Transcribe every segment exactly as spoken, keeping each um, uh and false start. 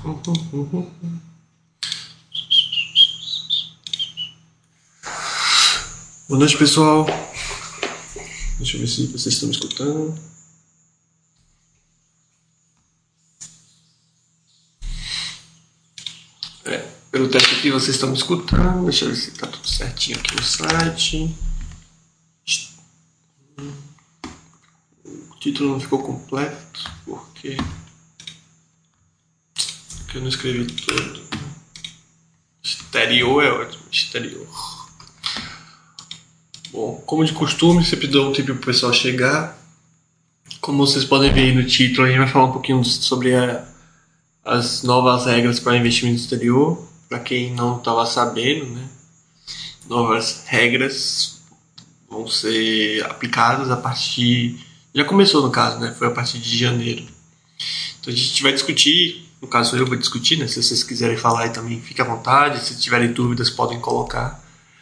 Boa noite, pessoal. Deixa eu ver se vocês estão me escutando. É, pelo teste aqui vocês estão me escutando. Deixa eu ver se está tudo certinho aqui no site. O título não ficou completo porque, porque eu não escrevi tudo. Exterior é ótimo. Exterior. Bom, como de costume, sempre dou um tempo para o pessoal chegar. Como vocês podem ver aí no título, a gente vai falar um pouquinho sobre a, as novas regras para investimento exterior. Para quem não estava sabendo, né? Novas regras vão ser aplicadas a partir... Já começou no caso, né? Foi a partir de janeiro. Então a gente vai discutir, no caso eu vou discutir, né? Se vocês quiserem falar aí também, fique à vontade. Se tiverem dúvidas, podem colocar.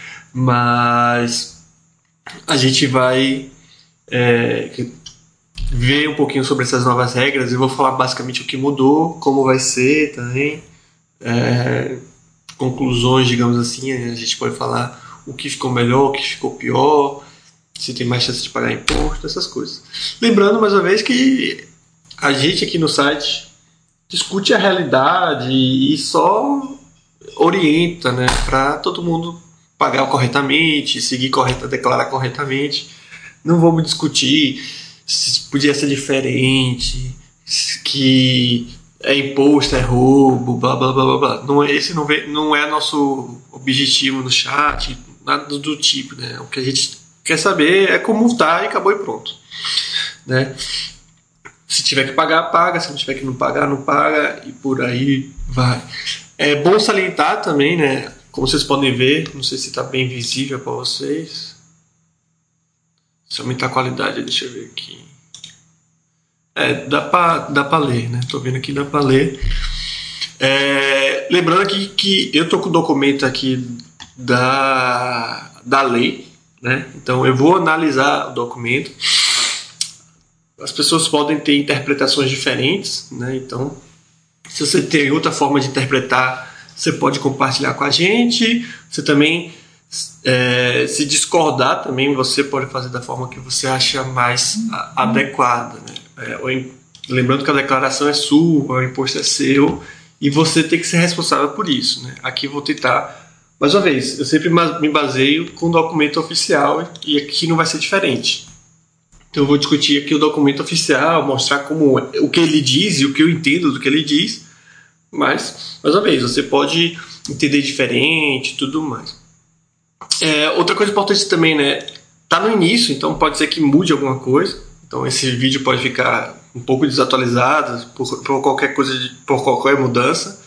Mas... a gente vai é, ver um pouquinho sobre essas novas regras. Eu vou falar basicamente o que mudou, como vai ser também, é, conclusões, digamos assim. A gente pode falar o que ficou melhor, o que ficou pior, se tem mais chance de pagar imposto, essas coisas. Lembrando mais uma vez que a gente aqui no site discute a realidade e só orienta, né, para todo mundo pagar corretamente, seguir correta, declarar corretamente. Não vamos discutir se podia ser diferente, que é imposto, é roubo, blá blá blá blá blá. Não, esse não, vê, não é nosso objetivo no chat, nada do tipo, né? O que a gente quer saber é como tá e acabou e pronto, né? Se tiver que pagar, paga. Se não tiver que não pagar, não paga, e por aí vai. É bom salientar também, né? Como vocês podem ver, não sei se está bem visível para vocês. Se aumentar a qualidade, deixa eu ver aqui. É, dá para dá para ler, né? Tô vendo aqui, dá para ler. É, lembrando aqui que eu tô com o documento aqui da, da lei, né? Então eu vou analisar o documento. As pessoas podem ter interpretações diferentes, né? Então, se você tem outra forma de interpretar, você pode compartilhar com a gente. Você também, é, se discordar também, você pode fazer da forma que você acha mais a, adequada, né? É, ou, lembrando que a declaração é sua, o imposto é seu, e você tem que ser responsável por isso, né? Aqui eu vou tentar, mais uma vez, eu sempre me baseio com o documento oficial, e aqui não vai ser diferente. Então eu vou discutir aqui o documento oficial, mostrar como, o que ele diz e o que eu entendo do que ele diz. Mas, mais uma vez, você pode entender diferente e tudo mais. É, outra coisa importante também, né? Tá no início, então pode ser que mude alguma coisa. Então esse vídeo pode ficar um pouco desatualizado por, por qualquer coisa, de, por qualquer mudança.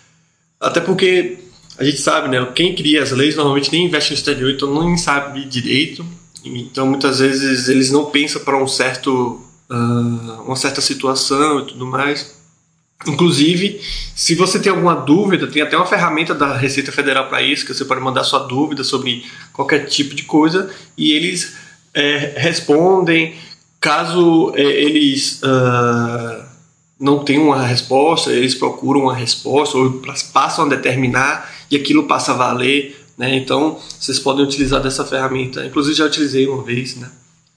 Até porque a gente sabe, né? Quem cria as leis normalmente nem investe no exterior, então não sabe direito. Então muitas vezes eles não pensam para um certo, uh, uma certa situação e tudo mais. Inclusive, se você tem alguma dúvida, tem até uma ferramenta da Receita Federal para isso, que você pode mandar sua dúvida sobre qualquer tipo de coisa e eles é, respondem. Caso é, eles uh, não tenham uma resposta, eles procuram uma resposta ou passam a determinar e aquilo passa a valer, né? Então, vocês podem utilizar dessa ferramenta. Inclusive, já utilizei uma vez, né?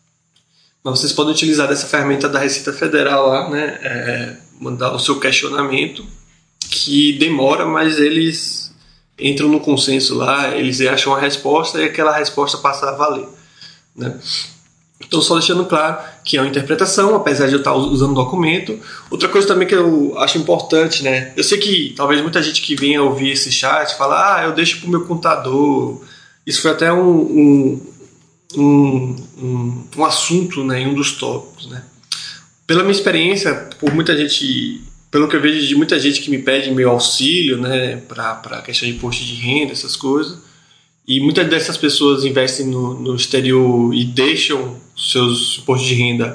Mas vocês podem utilizar dessa ferramenta da Receita Federal lá, né? É, mandar o seu questionamento, que demora, mas eles entram no consenso lá, eles acham a resposta e aquela resposta passa a valer, né? Então, só deixando claro que é uma interpretação, apesar de eu estar usando o documento. Outra coisa também que eu acho importante, né? Eu sei que talvez muita gente que venha ouvir esse chat fala, ah, eu deixo para o meu contador. Isso foi até um, um, um, um, um assunto, né, em um dos tópicos, né? Pela minha experiência, por muita gente, pelo que eu vejo de muita gente que me pede meu auxílio, né, para a questão de imposto de renda, essas coisas, e muitas dessas pessoas investem no, no exterior e deixam seus impostos de renda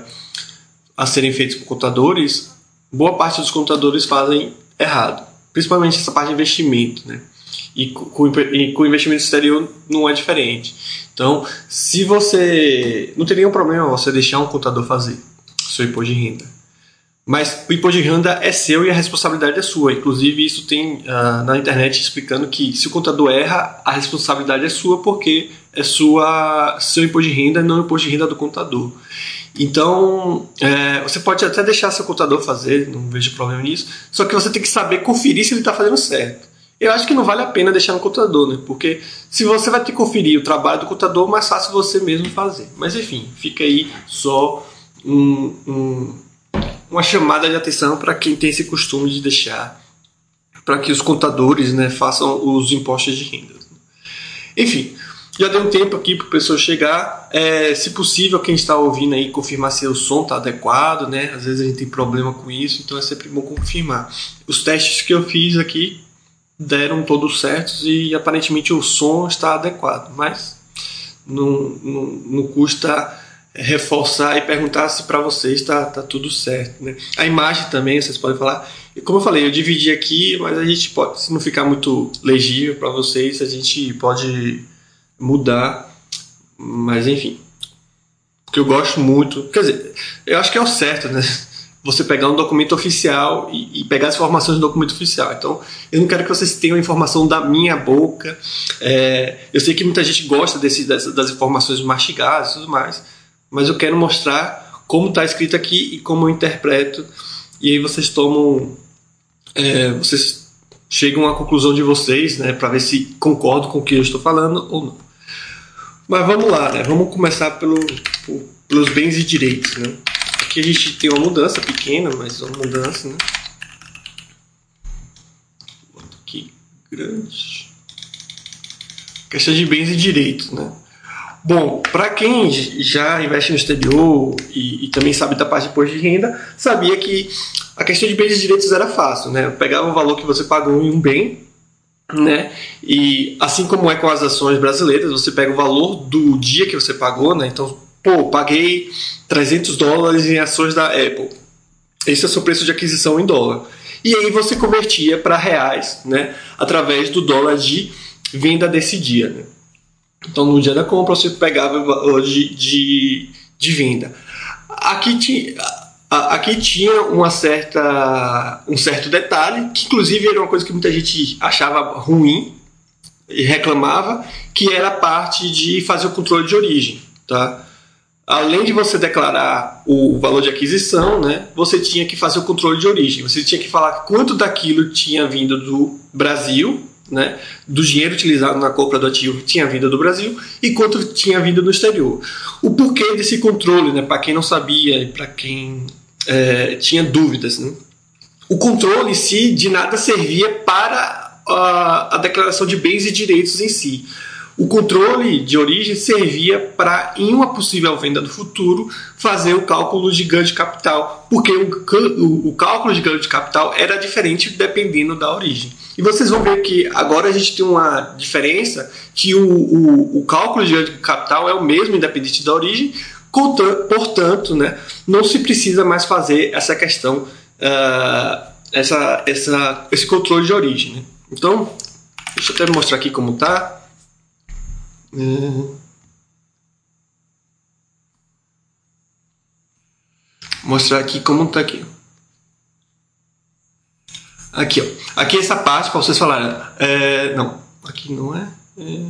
a serem feitos por contadores, boa parte dos contadores fazem errado, principalmente essa parte de investimento, né? E com, e com investimento exterior não é diferente. Então, se você... não tem nenhum problema você deixar um contador fazer seu imposto de renda. Mas o imposto de renda é seu e a responsabilidade é sua. Inclusive, isso tem uh, na internet explicando que se o contador erra, a responsabilidade é sua porque é sua, seu imposto de renda e não o imposto de renda do contador. Então, é, você pode até deixar seu contador fazer, não vejo problema nisso, só que você tem que saber conferir se ele está fazendo certo. Eu acho que não vale a pena deixar no contador, né? Porque se você vai ter que conferir o trabalho do contador, é mais fácil você mesmo fazer. Mas enfim, fica aí só um... um uma chamada de atenção para quem tem esse costume de deixar para que os contadores, né, façam os impostos de renda. Enfim, já deu um tempo aqui para o pessoal chegar. É, se possível, quem está ouvindo aí, confirmar se o som está adequado, né? Às vezes a gente tem problema com isso, então é sempre bom confirmar. Os testes que eu fiz aqui deram todos certos e aparentemente o som está adequado, mas não, não, não custa reforçar e perguntar se para vocês está tá tudo certo, né? A imagem também, vocês podem falar. E como eu falei, eu dividi aqui, mas a gente pode, se não ficar muito legível para vocês, a gente pode mudar. Mas enfim, porque eu gosto muito, quer dizer, eu acho que é o certo, né? Você pegar um documento oficial e, e pegar as informações do documento oficial. Então, eu não quero que vocês tenham a informação da minha boca. É, eu sei que muita gente gosta desse, das, das informações mastigadas e tudo mais, mas eu quero mostrar como está escrito aqui e como eu interpreto, e aí vocês tomam, é, vocês chegam à conclusão de vocês, né, para ver se concordam com o que eu estou falando ou não. Mas vamos lá, né, vamos começar pelo, por, pelos bens e direitos, né. Aqui a gente tem uma mudança pequena, mas uma mudança, né. Aqui, grande. Questão de bens e direitos, né. Bom, para quem já investe no exterior e, e também sabe da parte de imposto de renda, sabia que a questão de bens e direitos era fácil, né? Pegava o valor que você pagou em um bem, né? E assim como é com as ações brasileiras, você pega o valor do dia que você pagou, né? Então, pô, paguei trezentos dólares em ações da Apple. Esse é o seu preço de aquisição em dólar. E aí você convertia para reais, né? Através do dólar de venda desse dia, né? Então, no dia da compra, você pegava o valor de, de, de venda. Aqui, ti, aqui tinha uma certa, um certo detalhe, que inclusive era uma coisa que muita gente achava ruim e reclamava, que era a parte de fazer o controle de origem. Tá? Além de você declarar o valor de aquisição, né, você tinha que fazer o controle de origem. Você tinha que falar quanto daquilo tinha vindo do Brasil, né, do dinheiro utilizado na compra do ativo tinha vindo do Brasil e quanto tinha vindo do exterior. O porquê desse controle, né, para quem não sabia e para quem é, tinha dúvidas, né? O controle em si de nada servia para a, a declaração de bens e direitos em si. O controle de origem servia para, em uma possível venda do futuro, fazer o cálculo de ganho de capital, porque o, o, o cálculo de ganho de capital era diferente dependendo da origem. E vocês vão ver que agora a gente tem uma diferença, que o, o, o cálculo de ganho de capital é o mesmo independente da origem, portanto, né, não se precisa mais fazer essa questão, uh, essa, essa, esse controle de origem. Né? Então, deixa eu até mostrar aqui como está. Uhum. Mostrar aqui como está aqui. Aqui, ó. Aqui essa parte para vocês falarem. É, não, aqui não é. é.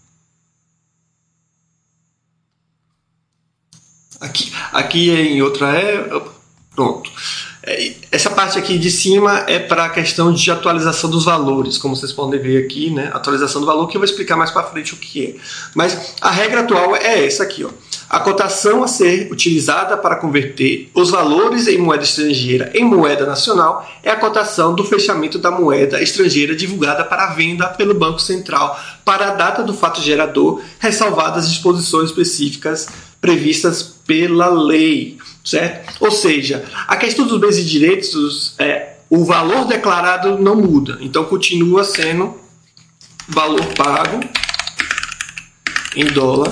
Aqui, aqui em outra é. Pronto. Essa parte aqui de cima é para a questão de atualização dos valores, como vocês podem ver aqui, né? Atualização do valor, que eu vou explicar mais para frente o que é. Mas a regra atual é essa aqui, ó. A cotação a ser utilizada para converter os valores em moeda estrangeira em moeda nacional é a cotação do fechamento da moeda estrangeira divulgada para venda pelo Banco Central para a data do fato gerador, ressalvadas as disposições específicas previstas pela lei. Certo? Ou seja, a questão dos bens e direitos, é, o valor declarado não muda. Então, continua sendo valor pago em dólar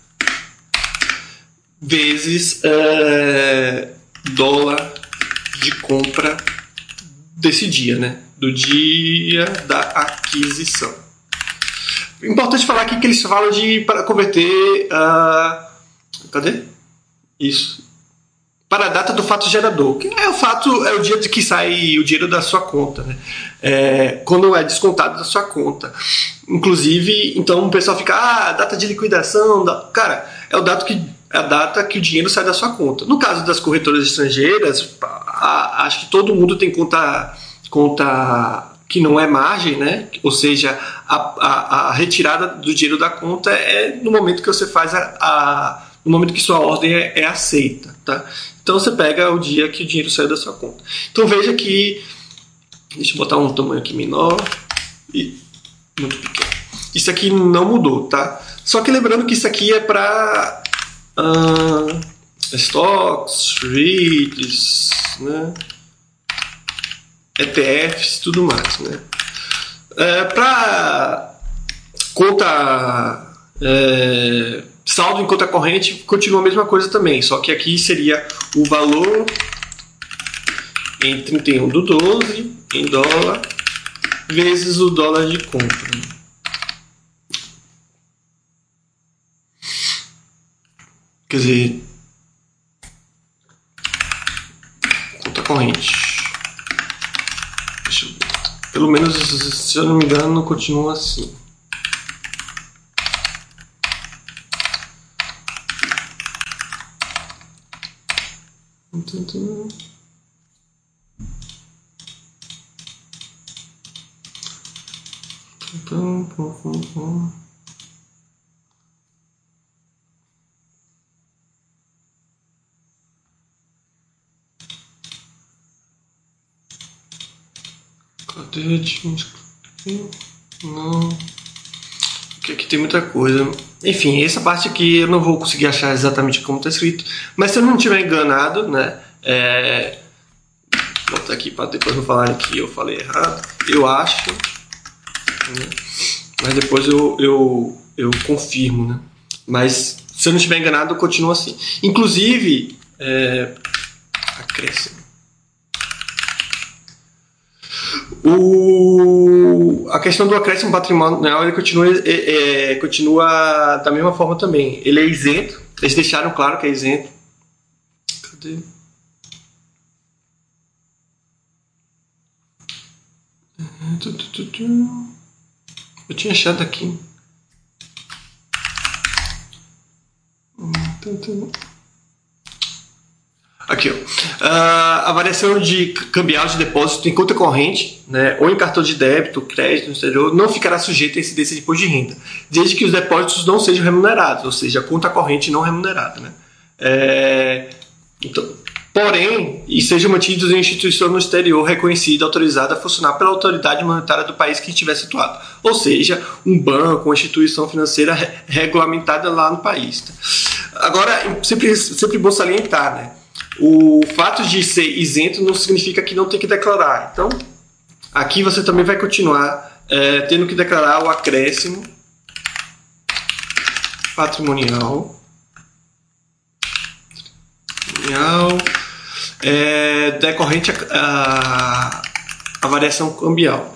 vezes é, dólar de compra desse dia, né? Do dia da aquisição. Importante falar aqui que eles falam de para converter... Uh, cadê? Isso. para a data do fato gerador, que é o fato, é o dia de que sai o dinheiro da sua conta, né? É, quando é descontado da sua conta. Inclusive, então o pessoal fica, ah, data de liquidação, da... cara, é o dado que, é a data que o dinheiro sai da sua conta. No caso das corretoras estrangeiras, a, acho que todo mundo tem conta, conta que não é margem, né? Ou seja, a, a, a retirada do dinheiro da conta é no momento que você faz a, a no momento que sua ordem é, é aceita, tá? Então você pega o dia que o dinheiro saiu da sua conta. Então veja que, deixa eu botar um tamanho aqui menor e muito pequeno. Isso aqui não mudou, tá? Só que lembrando que isso aqui é para uh, stocks, REITs, né? E T Fs, tudo mais, né? É, para conta é, saldo em conta corrente continua a mesma coisa também, só que aqui seria o valor em trinta e um do doze em dólar vezes o dólar de compra. Quer dizer, conta corrente. Deixa eu ver. Pelo menos, se eu não me engano, continua assim. Cadê? Não. Porque aqui tem muita coisa. Enfim, essa parte aqui eu não vou conseguir achar exatamente como está escrito. Mas se eu não estiver enganado, né? É... Vou botar aqui para depois não falarem que eu falei errado. Eu acho. Né? Mas depois eu, eu, eu confirmo, né? Mas se eu não estiver enganado, continua assim. Inclusive, é... acréscimo. O... A questão do acréscimo patrimonial ele continua, é, é, continua da mesma forma também. Ele é isento. Eles deixaram claro que é isento. Cadê? Eu tinha achado aqui. Aqui, ó. Uh, a variação de cambial de depósito em conta corrente, né, ou em cartão de débito, crédito no exterior, não ficará sujeita a incidência de imposto de renda, desde que os depósitos não sejam remunerados, ou seja, a conta corrente não remunerada. Né? É, então, porém, e sejam mantidos em instituição no exterior reconhecida, autorizada a funcionar pela autoridade monetária do país que estiver situado, ou seja, um banco, uma instituição financeira re regulamentada lá no país. Tá? Agora, sempre, sempre bom salientar, né? O fato de ser isento não significa que não tem que declarar. Então, aqui você também vai continuar é, tendo que declarar o acréscimo patrimonial, patrimonial é, decorrente a, a, a variação cambial.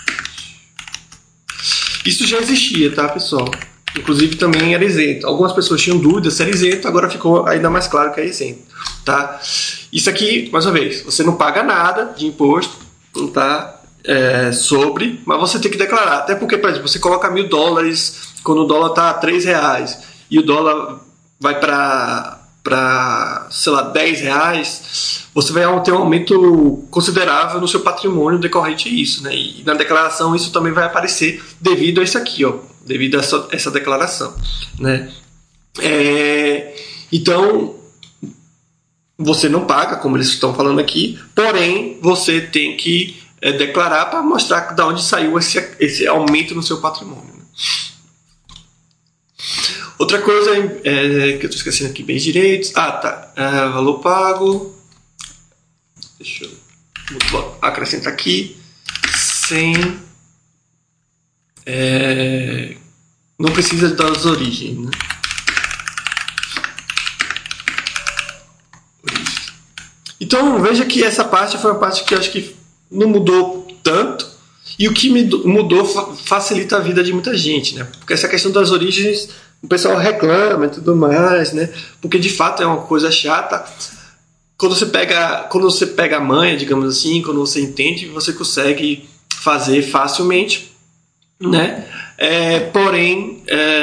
Isso já existia, tá, pessoal? Inclusive também era isento. Algumas pessoas tinham dúvidas se era isento, agora ficou ainda mais claro que é isento. Tá? Isso aqui, mais uma vez, você não paga nada de imposto, tá? É, sobre, mas você tem que declarar. Até porque, por exemplo, você coloca mil dólares quando o dólar está a três reais e o dólar vai para, para, sei lá, dez reais, você vai ter um aumento considerável no seu patrimônio decorrente a isso. Né? E na declaração isso também vai aparecer devido a isso aqui, ó, devido a essa, essa declaração. Né? É, então, você não paga, como eles estão falando aqui, porém, você tem que é, declarar para mostrar de onde saiu esse, esse aumento no seu patrimônio. Né? Outra coisa é, que eu estou esquecendo aqui, bens direitos. Ah, tá. É, valor pago. Deixa eu acrescentar aqui. Sem. É, não precisa das origens, né? Então, veja que essa parte foi uma parte que eu acho que não mudou tanto, e o que mudou facilita a vida de muita gente, né? Porque essa questão das origens, o pessoal reclama e tudo mais, né? Porque de fato é uma coisa chata. quando você pega, quando você pega a manha, digamos assim, quando você entende, você consegue fazer facilmente, né? É, porém,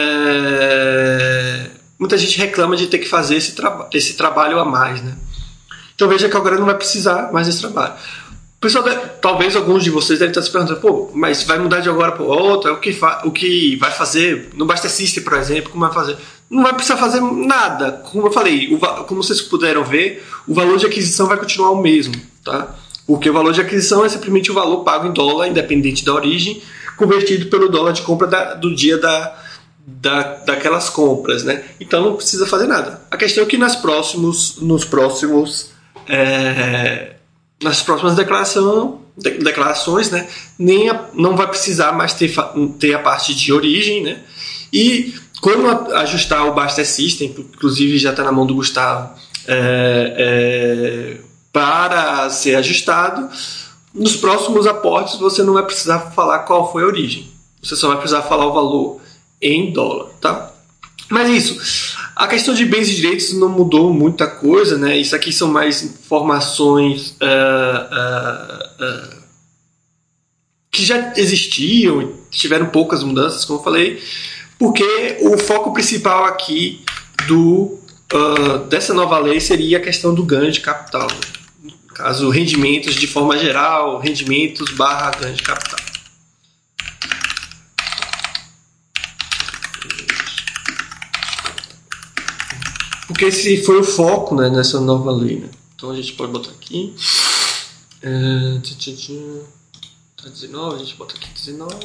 é, muita gente reclama de ter que fazer esse, traba- esse trabalho a mais, né? Então veja que agora não vai precisar mais desse trabalho. Pessoal, talvez alguns de vocês devem estar se perguntando, pô, mas vai mudar de agora para outra? O que, fa- o que vai fazer no Buster System, por exemplo, como vai fazer? Não vai precisar fazer nada. Como eu falei, o va- como vocês puderam ver, o valor de aquisição vai continuar o mesmo, tá? Porque o valor de aquisição é simplesmente o valor pago em dólar, independente da origem, convertido pelo dólar de compra da- do dia da, da, daquelas compras, né? Então não precisa fazer nada. A questão é que nas próximos, nos próximos... É, nas próximas declaração, de, declarações, né, nem a, não vai precisar mais ter, ter a parte de origem, né, e quando a, ajustar o Buster System, inclusive já está na mão do Gustavo, é, é, para ser ajustado, nos próximos aportes você não vai precisar falar qual foi a origem, você só vai precisar falar o valor em dólar, tá? Mas isso, a questão de bens e direitos não mudou muita coisa, né? Isso aqui são mais informações uh, uh, uh, que já existiam, tiveram poucas mudanças, como eu falei, porque o foco principal aqui do, uh, dessa nova lei seria a questão do ganho de capital. Né? No caso, rendimentos de forma geral, rendimentos barra ganho de capital. Porque esse foi o foco, né, nessa nova lei. Né? Então a gente pode botar aqui. É, tá dezenove, a gente bota aqui dezenove.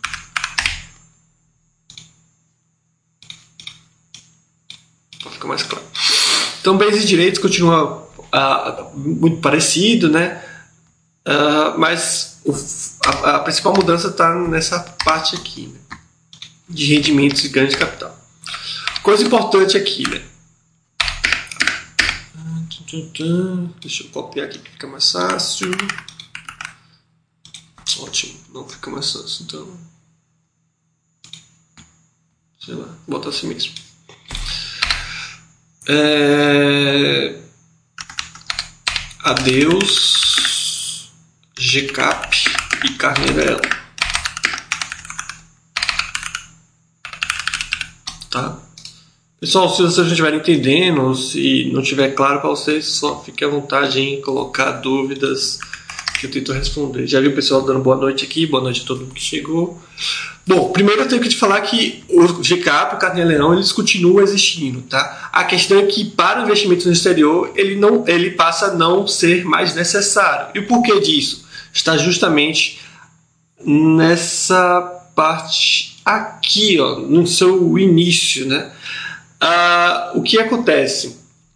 Para ficar mais claro. Então, bens e direitos continua ah, muito parecido, né? Ah, mas o, a, a principal mudança está nessa parte aqui, né? De rendimentos e ganhos de capital. Coisa importante aqui, né? Deixa eu copiar aqui que fica mais fácil. Ótimo, não fica mais fácil, então. Sei lá, bota assim mesmo. É... Adeus, G CAP e Carneirão. Tá? Pessoal, se vocês não estiverem entendendo, ou se não estiver claro para vocês, só fique à vontade em colocar dúvidas que eu tento responder. Já vi o pessoal dando boa noite aqui, boa noite a todo mundo que chegou. Bom, primeiro eu tenho que te falar que o G CAP e o Carnê-Leão, eles continuam existindo, tá? A questão é que para investimentos no exterior, ele, não, ele passa a não ser mais necessário. E o porquê disso? Está justamente nessa parte aqui, ó, no seu início, né? Ah, o que acontece?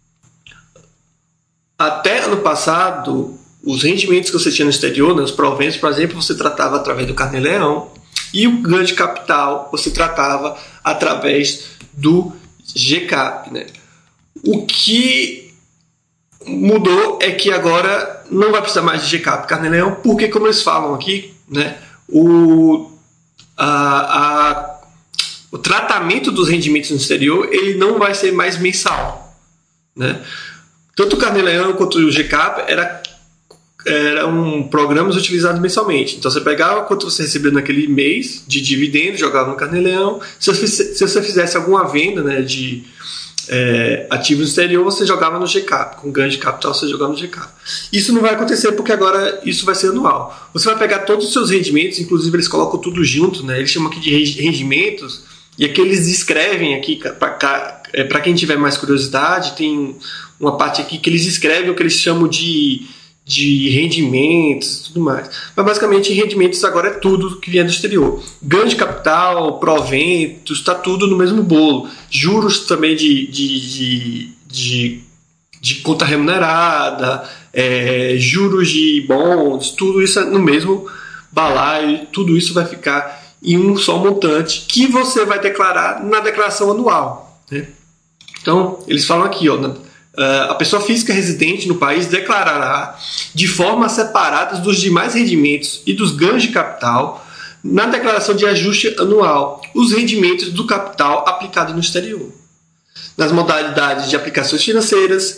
Até ano passado, os rendimentos que você tinha no exterior, né, os proventos, por exemplo, você tratava através do Carnê-Leão, e o ganho de capital você tratava através do G CAP. Né? O que mudou é que agora não vai precisar mais de G CAP e Carnê-Leão, porque, como eles falam aqui, né, o, a, a o tratamento dos rendimentos no exterior ele não vai ser mais mensal. Né? Tanto o Carnê-Leão quanto o G CAP era, eram programas utilizados mensalmente. Então você pegava quanto você recebia naquele mês de dividendo, jogava no Carnê-Leão. Se, se você fizesse alguma venda, né, de é, ativos no exterior, você jogava no G CAP. Com ganho de capital, você jogava no G CAP. Isso não vai acontecer porque agora isso vai ser anual. Você vai pegar todos os seus rendimentos, inclusive eles colocam tudo junto, né? Eles chamam aqui de rendimentos. E aqui eles escrevem aqui, para quem tiver mais curiosidade, tem uma parte aqui que eles escrevem o que eles chamam de, de rendimentos e tudo mais. Mas basicamente rendimentos agora é tudo que vier do exterior. Ganho de capital, proventos, está tudo no mesmo bolo. Juros também de, de, de, de, de conta remunerada, é, juros de bons, tudo isso é no mesmo balaio, tudo isso vai ficar em um só montante que você vai declarar na declaração anual. Né? Então, eles falam aqui, ó, a pessoa física residente no país declarará de forma separada dos demais rendimentos e dos ganhos de capital na declaração de ajuste anual os rendimentos do capital aplicado no exterior, nas modalidades de aplicações financeiras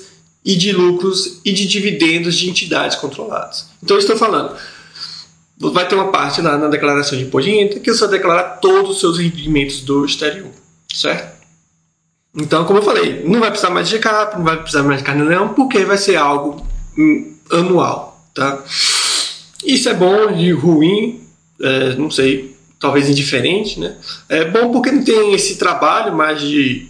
e de lucros e de dividendos de entidades controladas. Então eu estou falando, vai ter uma parte lá na declaração de imposto de renda que você vai declarar todos os seus rendimentos do exterior, certo? Então, como eu falei, não vai precisar mais de G C A P, não vai precisar mais de carnê-leão, porque vai ser algo hum, anual, tá? Isso é bom e ruim, é, não sei, talvez indiferente, né? É bom porque não tem esse trabalho mais de,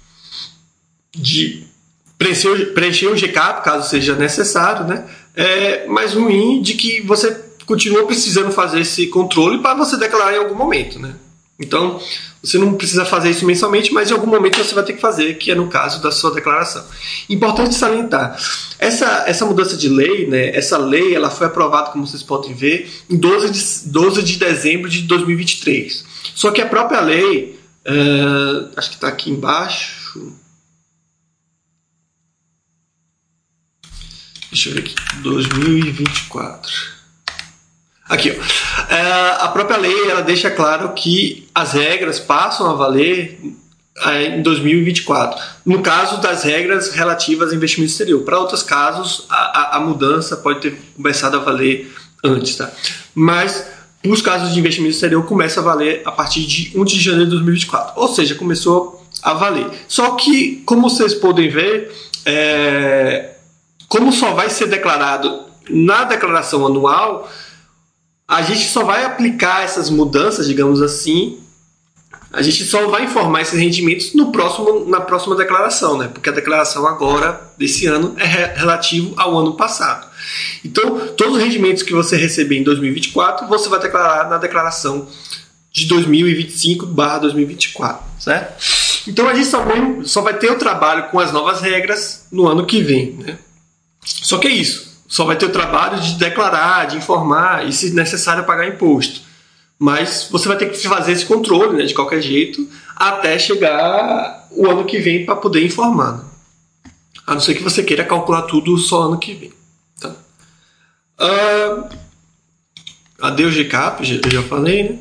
de preencher, preencher o G C A P, caso seja necessário, né? É mais ruim de que você continua precisando fazer esse controle para você declarar em algum momento, né? Então, você não precisa fazer isso mensalmente, mas em algum momento você vai ter que fazer, que é no caso da sua declaração. Importante salientar, essa, essa mudança de lei, né, essa lei ela foi aprovada, como vocês podem ver, em doze de, doze de dezembro de dois mil e vinte e três. Só que a própria lei, é, acho que está aqui embaixo, deixa eu ver aqui, dois mil e vinte e quatro. Aqui, ó. É, a própria lei ela deixa claro que as regras passam a valer é, em dois mil e vinte e quatro. No caso das regras relativas a investimento exterior. Para outros casos, a, a, a mudança pode ter começado a valer antes, tá? Mas, nos casos de investimento exterior, começa a valer a partir de primeiro de janeiro de dois mil e vinte e quatro. Ou seja, começou a valer. Só que, como vocês podem ver, é, como só vai ser declarado na declaração anual, a gente só vai aplicar essas mudanças, digamos assim, a gente só vai informar esses rendimentos no próximo, na próxima declaração, né? Porque a declaração agora, desse ano, é relativo ao ano passado. Então, todos os rendimentos que você receber em dois mil e vinte e quatro, você vai declarar na declaração de dois mil e vinte e cinco barra dois mil e vinte e quatro, certo? Então, a gente só vai, só vai ter o trabalho com as novas regras no ano que vem, né? Só que é isso. Só vai ter o trabalho de declarar, de informar e, se necessário, pagar imposto. Mas você vai ter que fazer esse controle, né, de qualquer jeito, até chegar o ano que vem para poder informar. Né? A não ser que você queira calcular tudo só ano que vem. Tá? Uh, adeus G C A P, eu já falei, né?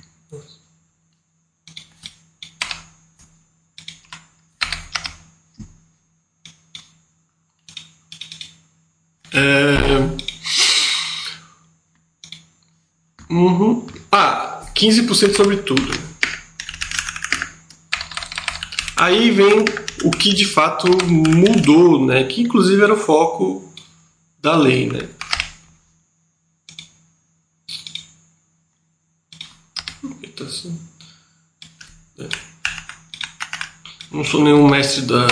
É... Uhum. Ah, quinze por cento sobre tudo. Aí vem o que de fato mudou, né? Que inclusive era o foco da lei, né? Eita, assim. É. Não sou nenhum mestre da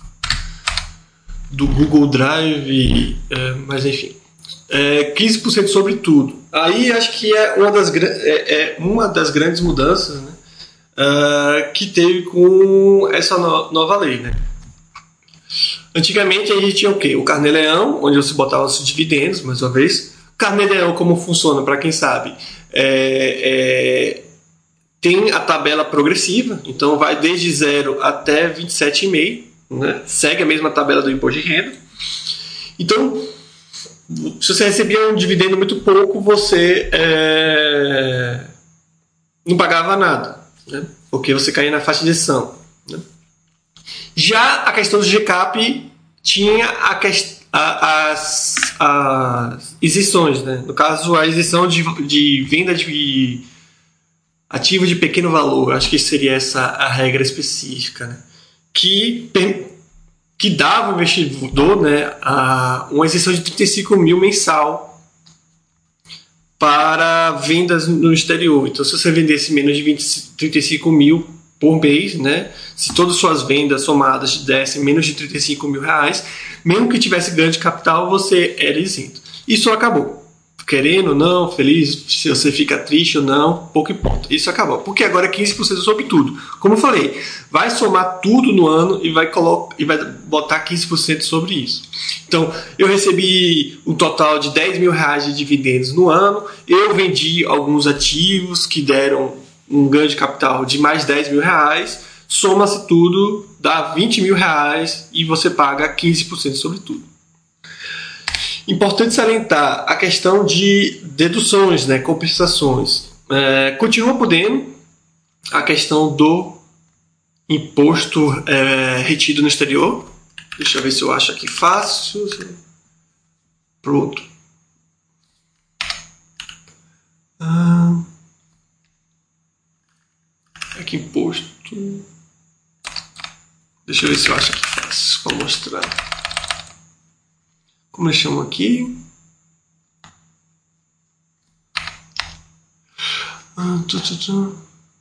do Google Drive, é, mas enfim, é, quinze por cento sobre tudo. Aí acho que é uma das, é, é uma das grandes mudanças, né, uh, que teve com essa no, nova lei. Né? Antigamente a gente tinha o quê? O carnê-leão, onde você botava os dividendos, mais uma vez. Carnê-leão, como funciona, para quem sabe, é, é, tem a tabela progressiva, então vai desde zero até vinte e sete vírgula cinco. Né? Segue a mesma tabela do imposto de renda. Então, se você recebia um dividendo muito pouco, você é, não pagava nada, né? Porque você caía na faixa de isenção. Né? Já a questão do G C A P tinha a, a, as, as isenções, né? No caso, a isenção de, de venda de ativo de pequeno valor. Acho que seria essa a regra específica, né? Que, que dava ao investidor, né, a, uma isenção de trinta e cinco mil mensal para vendas no exterior. Então, se você vendesse menos de vinte, trinta e cinco mil por mês, né, se todas as suas vendas somadas dessem menos de trinta e cinco mil reais, mesmo que tivesse ganho de capital, você era isento. Isso acabou. Querendo ou não, feliz, se você fica triste ou não, pouco importa. Isso acabou. Porque agora é quinze por cento sobre tudo. Como eu falei, vai somar tudo no ano e vai, colocar, e vai botar quinze por cento sobre isso. Então, eu recebi um total de dez mil reais de dividendos no ano. Eu vendi alguns ativos que deram um ganho de capital de mais dez mil reais. Soma-se tudo, dá vinte mil reais e você paga quinze por cento sobre tudo. Importante salientar a questão de deduções, né, compensações. É, continua podendo a questão do imposto é, retido no exterior, Deixa eu ver se eu acho aqui fácil. Pronto. Ah, aqui imposto. Deixa eu ver se eu acho aqui fácil para mostrar. Como eu chamo aqui? Ah, tu, tu, tu.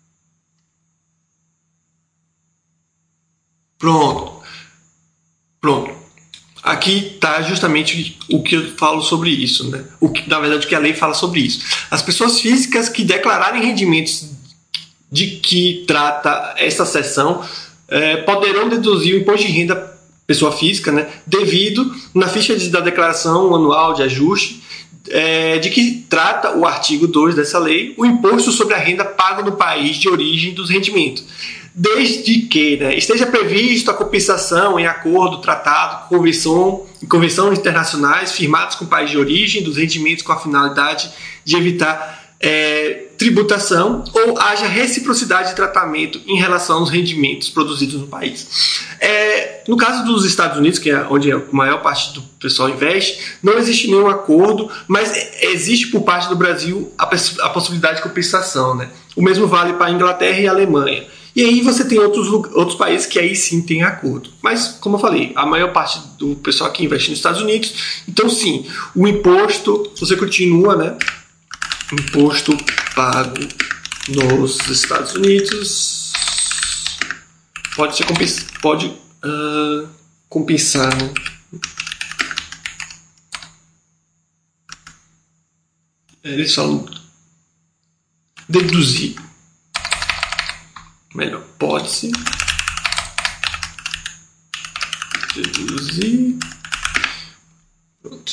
Pronto. Pronto. Aqui está justamente o que eu falo sobre isso, né? O que, na verdade, o que a lei fala sobre isso. As pessoas físicas que declararem rendimentos de que trata esta seção é, poderão deduzir o imposto de renda pessoa física, né? Devido na ficha de, da declaração anual de ajuste é, de que trata o artigo dois dessa lei, o imposto sobre a renda pago no país de origem dos rendimentos. Desde que, né, esteja previsto a compensação em acordo, tratado, convenção, convenções internacionais firmados com o país de origem dos rendimentos com a finalidade de evitar é, tributação ou haja reciprocidade de tratamento em relação aos rendimentos produzidos no país. É, no caso dos Estados Unidos, que é onde a maior parte do pessoal investe, não existe nenhum acordo, mas existe por parte do Brasil a, a possibilidade de compensação, né? O mesmo vale para a Inglaterra e a Alemanha. E aí você tem outros, outros países que aí sim tem acordo. Mas, como eu falei, a maior parte do pessoal aqui investe nos Estados Unidos. Então, sim, o imposto, você continua, né? Imposto pago nos Estados Unidos pode ser compens pode, uh, compensar, né? Eles falam deduzir. Melhor, pode-se deduzir. Pronto.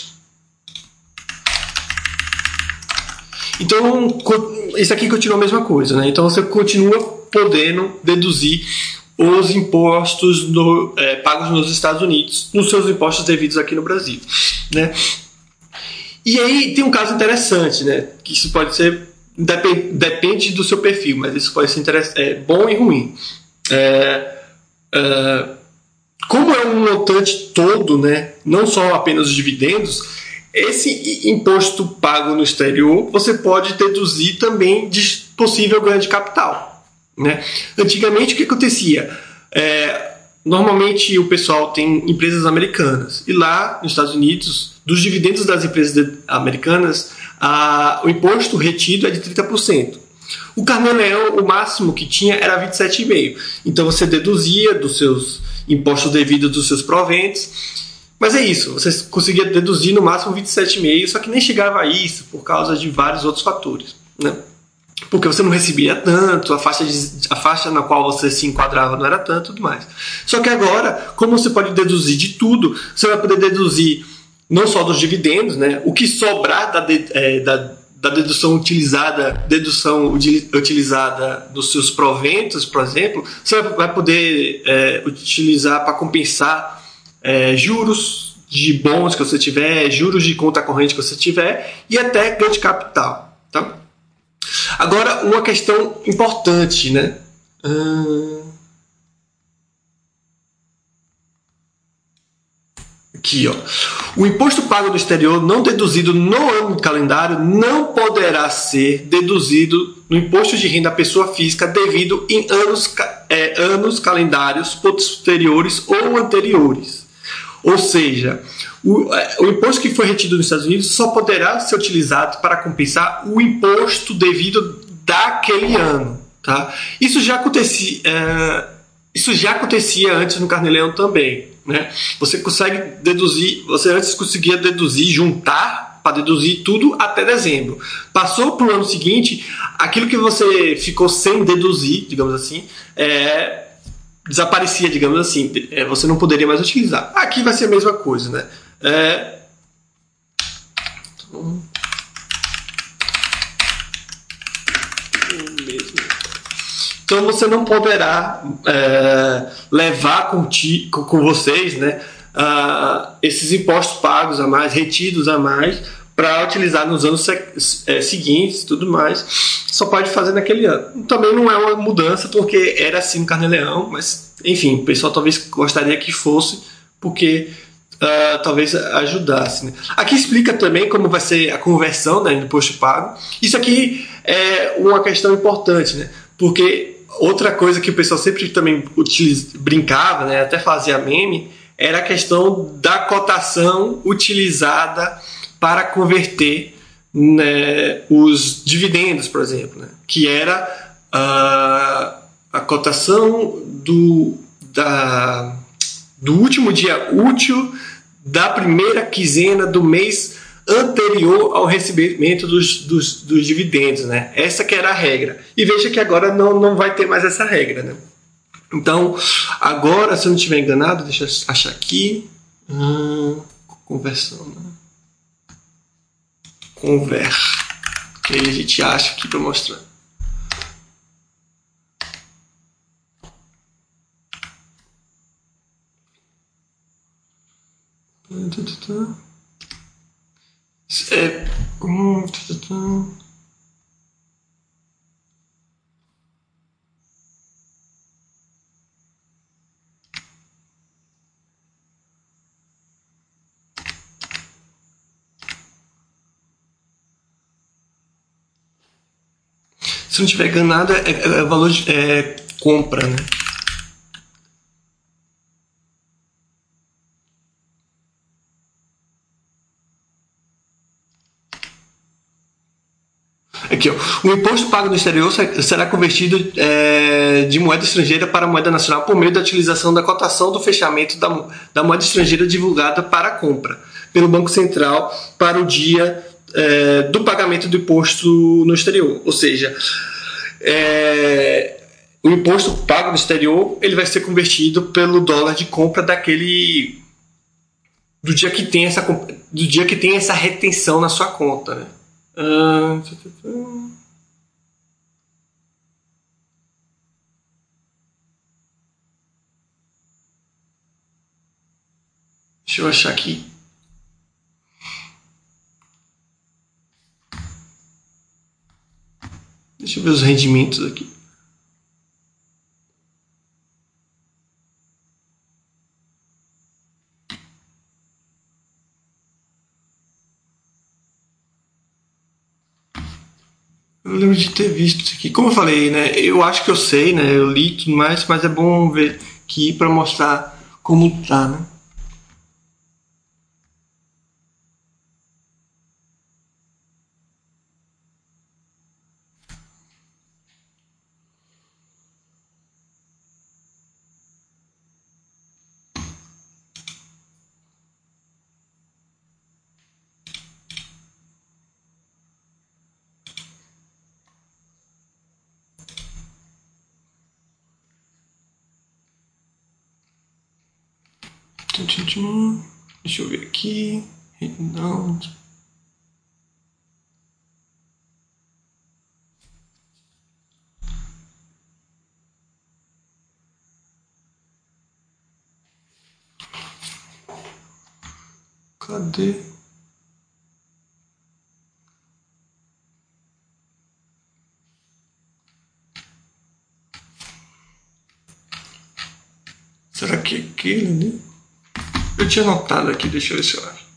Então, isso aqui continua a mesma coisa, né? Então, você continua podendo deduzir os impostos no, é, pagos nos Estados Unidos nos seus impostos devidos aqui no Brasil, né? E aí tem um caso interessante, né? Que isso pode ser Depende, depende do seu perfil, mas isso pode ser é, bom e ruim. É, é, como é um montante todo, né, não só apenas os dividendos, esse imposto pago no exterior você pode deduzir também de possível ganho de capital, né? Antigamente, o que acontecia? É, normalmente o pessoal tem empresas americanas e lá nos Estados Unidos, dos dividendos das empresas americanas, Ah, o imposto retido é de trinta por cento. O Carnê-Leão, o máximo que tinha era vinte e sete vírgula cinco por cento. Então você deduzia dos seus impostos devidos dos seus proventos. Mas é isso, você conseguia deduzir no máximo vinte e sete vírgula cinco por cento, só que nem chegava a isso por causa de vários outros fatores, né? Porque você não recebia tanto, a faixa, de, a faixa na qual você se enquadrava não era tanto e tudo mais. Só que agora, como você pode deduzir de tudo, você vai poder deduzir não só dos dividendos, né? O que sobrar da, de, é, da, da dedução utilizada, dedução utilizada dos seus proventos, por exemplo, você vai poder é, utilizar para compensar é, juros de bons que você tiver, juros de conta corrente que você tiver e até ganho de capital, tá? Agora, uma questão importante, né? Hum... Aqui, ó. O imposto pago no exterior não deduzido no ano calendário não poderá ser deduzido no imposto de renda à pessoa física devido em anos, é, anos calendários posteriores ou anteriores. Ou seja, o, o imposto que foi retido nos Estados Unidos só poderá ser utilizado para compensar o imposto devido daquele ano, tá? Isso já acontecia, é, isso já acontecia antes no Carnê-Leão também. Né? Você consegue deduzir, você antes conseguia deduzir, juntar para deduzir tudo até dezembro. Passou para o ano seguinte, aquilo que você ficou sem deduzir, digamos assim, é, desaparecia, digamos assim, é, você não poderia mais utilizar. Aqui vai ser a mesma coisa, né? É, então, Então você não poderá é, levar com, ti, com, com vocês, né, uh, esses impostos pagos a mais, retidos a mais, para utilizar nos anos é, seguintes e tudo mais. Só pode fazer naquele ano. Também não é uma mudança, porque era assim no Carnê-Leão, mas enfim, o pessoal talvez gostaria que fosse, porque uh, talvez ajudasse. Né? Aqui explica também como vai ser a conversão, né, do imposto pago. Isso aqui é uma questão importante, né? Porque outra coisa que o pessoal sempre também utiliza, brincava, né, até fazia meme, era a questão da cotação utilizada para converter, né, os dividendos, por exemplo, né, que era uh, a cotação do, da, do último dia útil da primeira quinzena do mês anterior ao recebimento dos, dos, dos dividendos, né? Essa que era a regra. E veja que agora não, não vai ter mais essa regra, né? Então, agora, se eu não estiver enganado, deixa eu achar aqui. Hum, conversão, né? Conver. Que aí a gente acha aqui para mostrar. É, hum, se não tiver enganado, é, é, é valor de é, compra, né? Aqui, ó. O imposto pago no exterior será convertido é, de moeda estrangeira para moeda nacional por meio da utilização da cotação do fechamento da, da moeda estrangeira divulgada para a compra pelo Banco Central para o dia é, do pagamento do imposto no exterior. Ou seja, é, o imposto pago no exterior ele vai ser convertido pelo dólar de compra daquele do dia que tem essa do dia que tem essa retenção na sua conta, né? Uh, deixa eu achar aqui. Deixa eu ver os rendimentos aqui. Eu lembro de ter visto isso aqui. Como eu falei, né? Eu acho que eu sei, né? Eu li tudo mais, mas é bom ver aqui para mostrar como tá, né? Deixa eu ver aqui. Não. Cadê? Será que é aquele ali? Eu tinha anotado aqui, deixa eu ver se eu acho.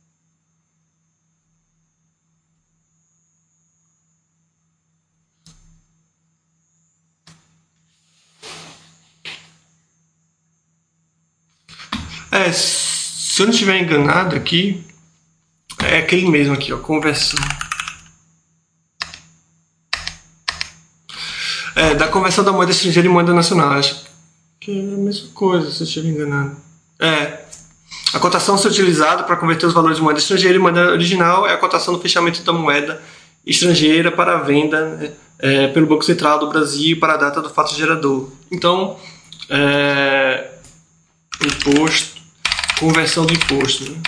É, se eu não estiver enganado aqui, é aquele mesmo aqui, ó, conversão. É, da conversão da moeda estrangeira em moeda nacional, acho que é a mesma coisa, se eu estiver enganado. É, a cotação a ser utilizada para converter os valores de moeda estrangeira em moeda original é a cotação do fechamento da moeda estrangeira para a venda, né, é, pelo Banco Central do Brasil para a data do fato gerador. Então, é, imposto, conversão do imposto, né?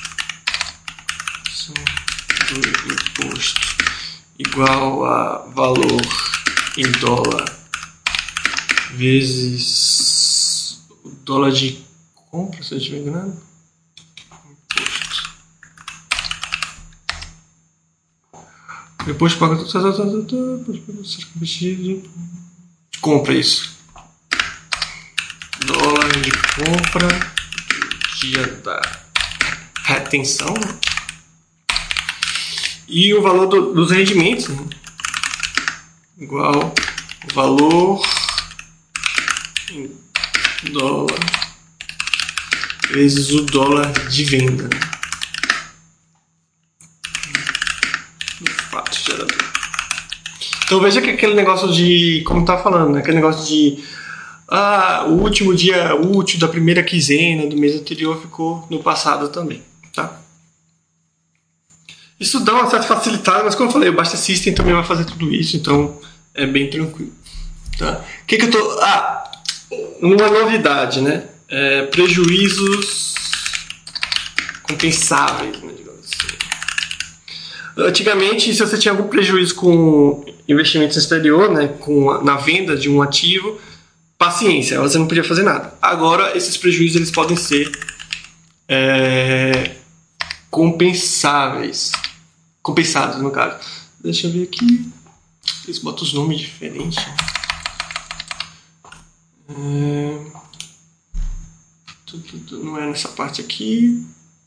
Do imposto igual a valor em dólar vezes o dólar de compra, se eu estiver enganado. Depois paga compra isso. Dólar de compra dia da retenção e o valor do, dos rendimentos, né? Igual o valor em dólar vezes o dólar de venda, né? Do fato gerador. Então veja que aquele negócio de, como tá falando, né? Aquele negócio de ah, o último dia útil da primeira quinzena do mês anterior ficou no passado também, tá? Isso dá uma certa facilitada, mas como eu falei, o Basta System também vai fazer tudo isso, então é bem tranquilo, tá? O que que eu tô... Ah, uma novidade, né? É, prejuízos compensáveis, né, digamos assim. Antigamente, se você tinha algum prejuízo com investimentos no exterior, né, com, na venda de um ativo, paciência, você não podia fazer nada. Agora, esses prejuízos eles podem ser é, compensáveis. Compensados, no caso. Deixa eu ver aqui. Eles botam os nomes diferentes. É, não é nessa parte aqui.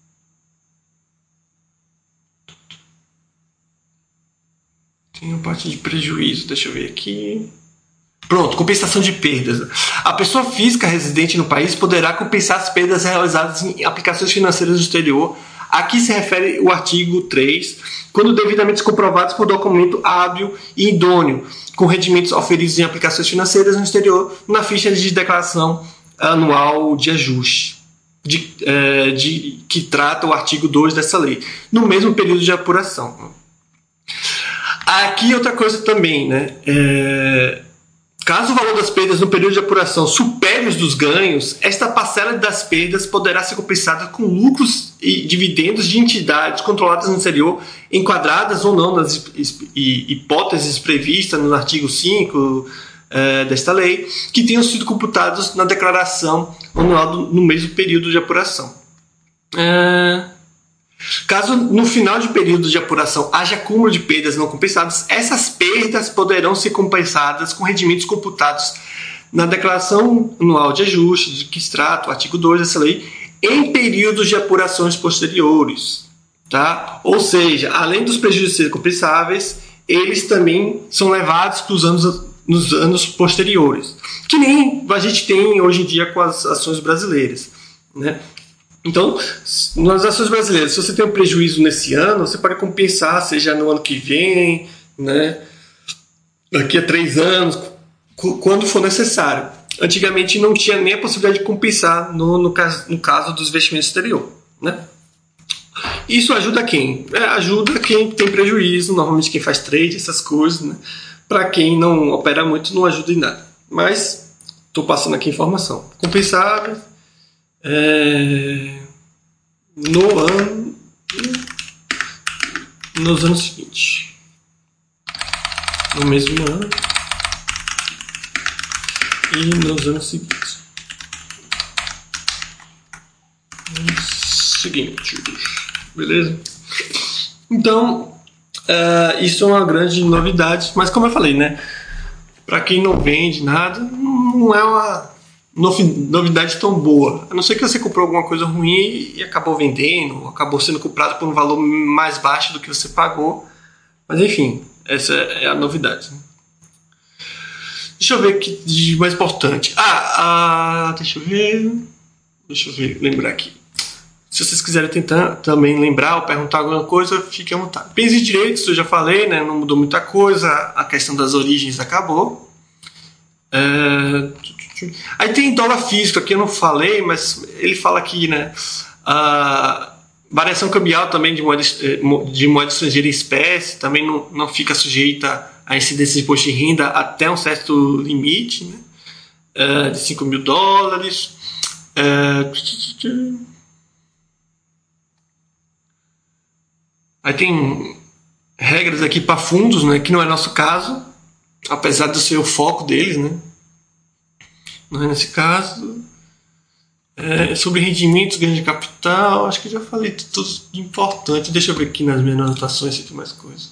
Tem a parte de prejuízo. Deixa eu ver aqui. Pronto, compensação de perdas. A pessoa física residente no país poderá compensar as perdas realizadas em aplicações financeiras no exterior. Aqui se refere o artigo três, quando devidamente comprovados por documento hábil e idôneo, com rendimentos oferidos em aplicações financeiras no exterior, na ficha de declaração anual de ajuste, de, é, de, que trata o artigo dois dessa lei, no mesmo período de apuração. Aqui outra coisa também, né? É... Caso o valor das perdas no período de apuração supere os dos ganhos, esta parcela das perdas poderá ser compensada com lucros e dividendos de entidades controladas no exterior, enquadradas ou não nas hipóteses previstas no artigo cinco eh, desta lei, que tenham sido computados na declaração anual no mesmo período de apuração. É... Caso no final de período de apuração haja acúmulo de perdas não compensadas, essas perdas poderão ser compensadas com rendimentos computados na declaração anual de ajuste, de que extrato, o artigo dois dessa lei, em períodos de apurações posteriores. Tá? Ou seja, além dos prejuízos serem compensáveis, eles também são levados para os anos, nos anos posteriores, que nem a gente tem hoje em dia com as ações brasileiras, né? Então, nas ações brasileiras, se você tem um prejuízo nesse ano, você pode compensar, seja no ano que vem, né, daqui a três anos, quando for necessário. Antigamente não tinha nem a possibilidade de compensar no, no, caso, no caso dos investimentos exterior, né? Isso ajuda quem? É, ajuda quem tem prejuízo, normalmente quem faz trade, essas coisas, né? Para quem não opera muito, não ajuda em nada. Mas estou passando aqui informação. Compensável. É, no ano, nos anos seguintes, no mesmo ano e nos anos seguintes. Seguinte, beleza? Então, uh, isso é uma grande novidade, mas como eu falei, né? Para quem não vende nada, não é uma novidade tão boa, a não ser que você comprou alguma coisa ruim e acabou vendendo, ou acabou sendo comprado por um valor mais baixo do que você pagou, mas enfim, essa é a novidade. Deixa eu ver o que de mais importante. Ah, ah, deixa eu ver, deixa eu ver, lembrar aqui. Se vocês quiserem tentar também lembrar ou perguntar alguma coisa, fique à vontade. Bens e direitos, eu já falei, né? Não mudou muita coisa, a questão das origens acabou. É... Aí tem dólar físico, aqui eu não falei, mas ele fala aqui, né? A variação cambial também de moeda, de moeda estrangeira em espécie também não, não fica sujeita a incidência de imposto de renda até um certo limite, né? É, de cinco mil dólares. É... Aí tem regras aqui para fundos, né? Que não é nosso caso, apesar de ser o foco deles, né? Não é nesse caso. É, sobre rendimentos, ganho de capital, acho que já falei tudo importante. Deixa eu ver aqui nas minhas anotações se tem mais coisa.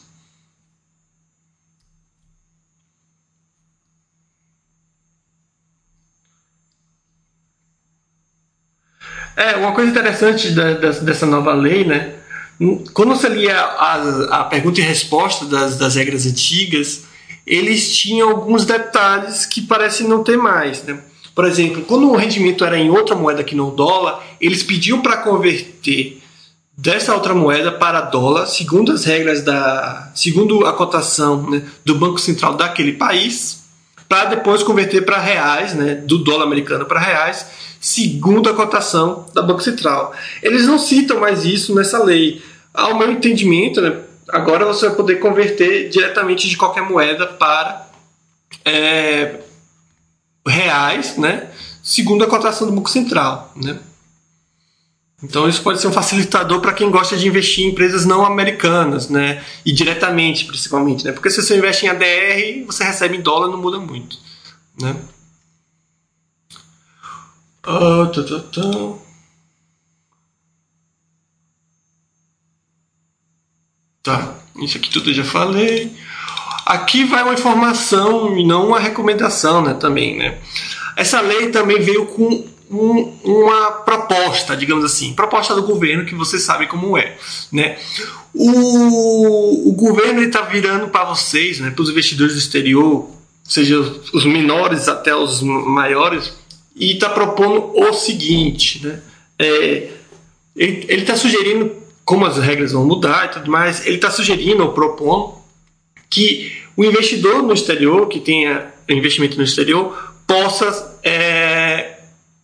É, uma coisa interessante da, da, dessa nova lei, né? Quando você lia a, a pergunta e resposta das, das regras antigas, eles tinham alguns detalhes que parecem não ter mais, né? Por exemplo, quando o rendimento era em outra moeda que não o dólar, eles pediam para converter dessa outra moeda para dólar, segundo as regras da, segundo a cotação, né, do Banco Central daquele país, para depois converter para reais, né, do dólar americano para reais, segundo a cotação da Banco Central. Eles não citam mais isso nessa lei. Ao meu entendimento, né, agora você vai poder converter diretamente de qualquer moeda para é, reais, né, segundo a cotação do Banco Central, né? Então isso pode ser um facilitador para quem gosta de investir em empresas não americanas, né? E diretamente, principalmente, né? Porque se você investe em A D R, você recebe em dólar, não muda muito, né? Oh, tá, tá, tá. Tá, isso aqui tudo eu já falei. Aqui vai uma informação e não uma recomendação, né? Também, né? Essa lei também veio com Um, uma proposta, digamos assim, proposta do governo, que você sabe como é, né? O, o governo está virando para vocês, né, para os investidores do exterior, seja os menores até os maiores, e está propondo o seguinte, né? É, ele está sugerindo, como as regras vão mudar e tudo mais, ele está sugerindo ou propondo que o investidor no exterior, que tenha investimento no exterior, possa é,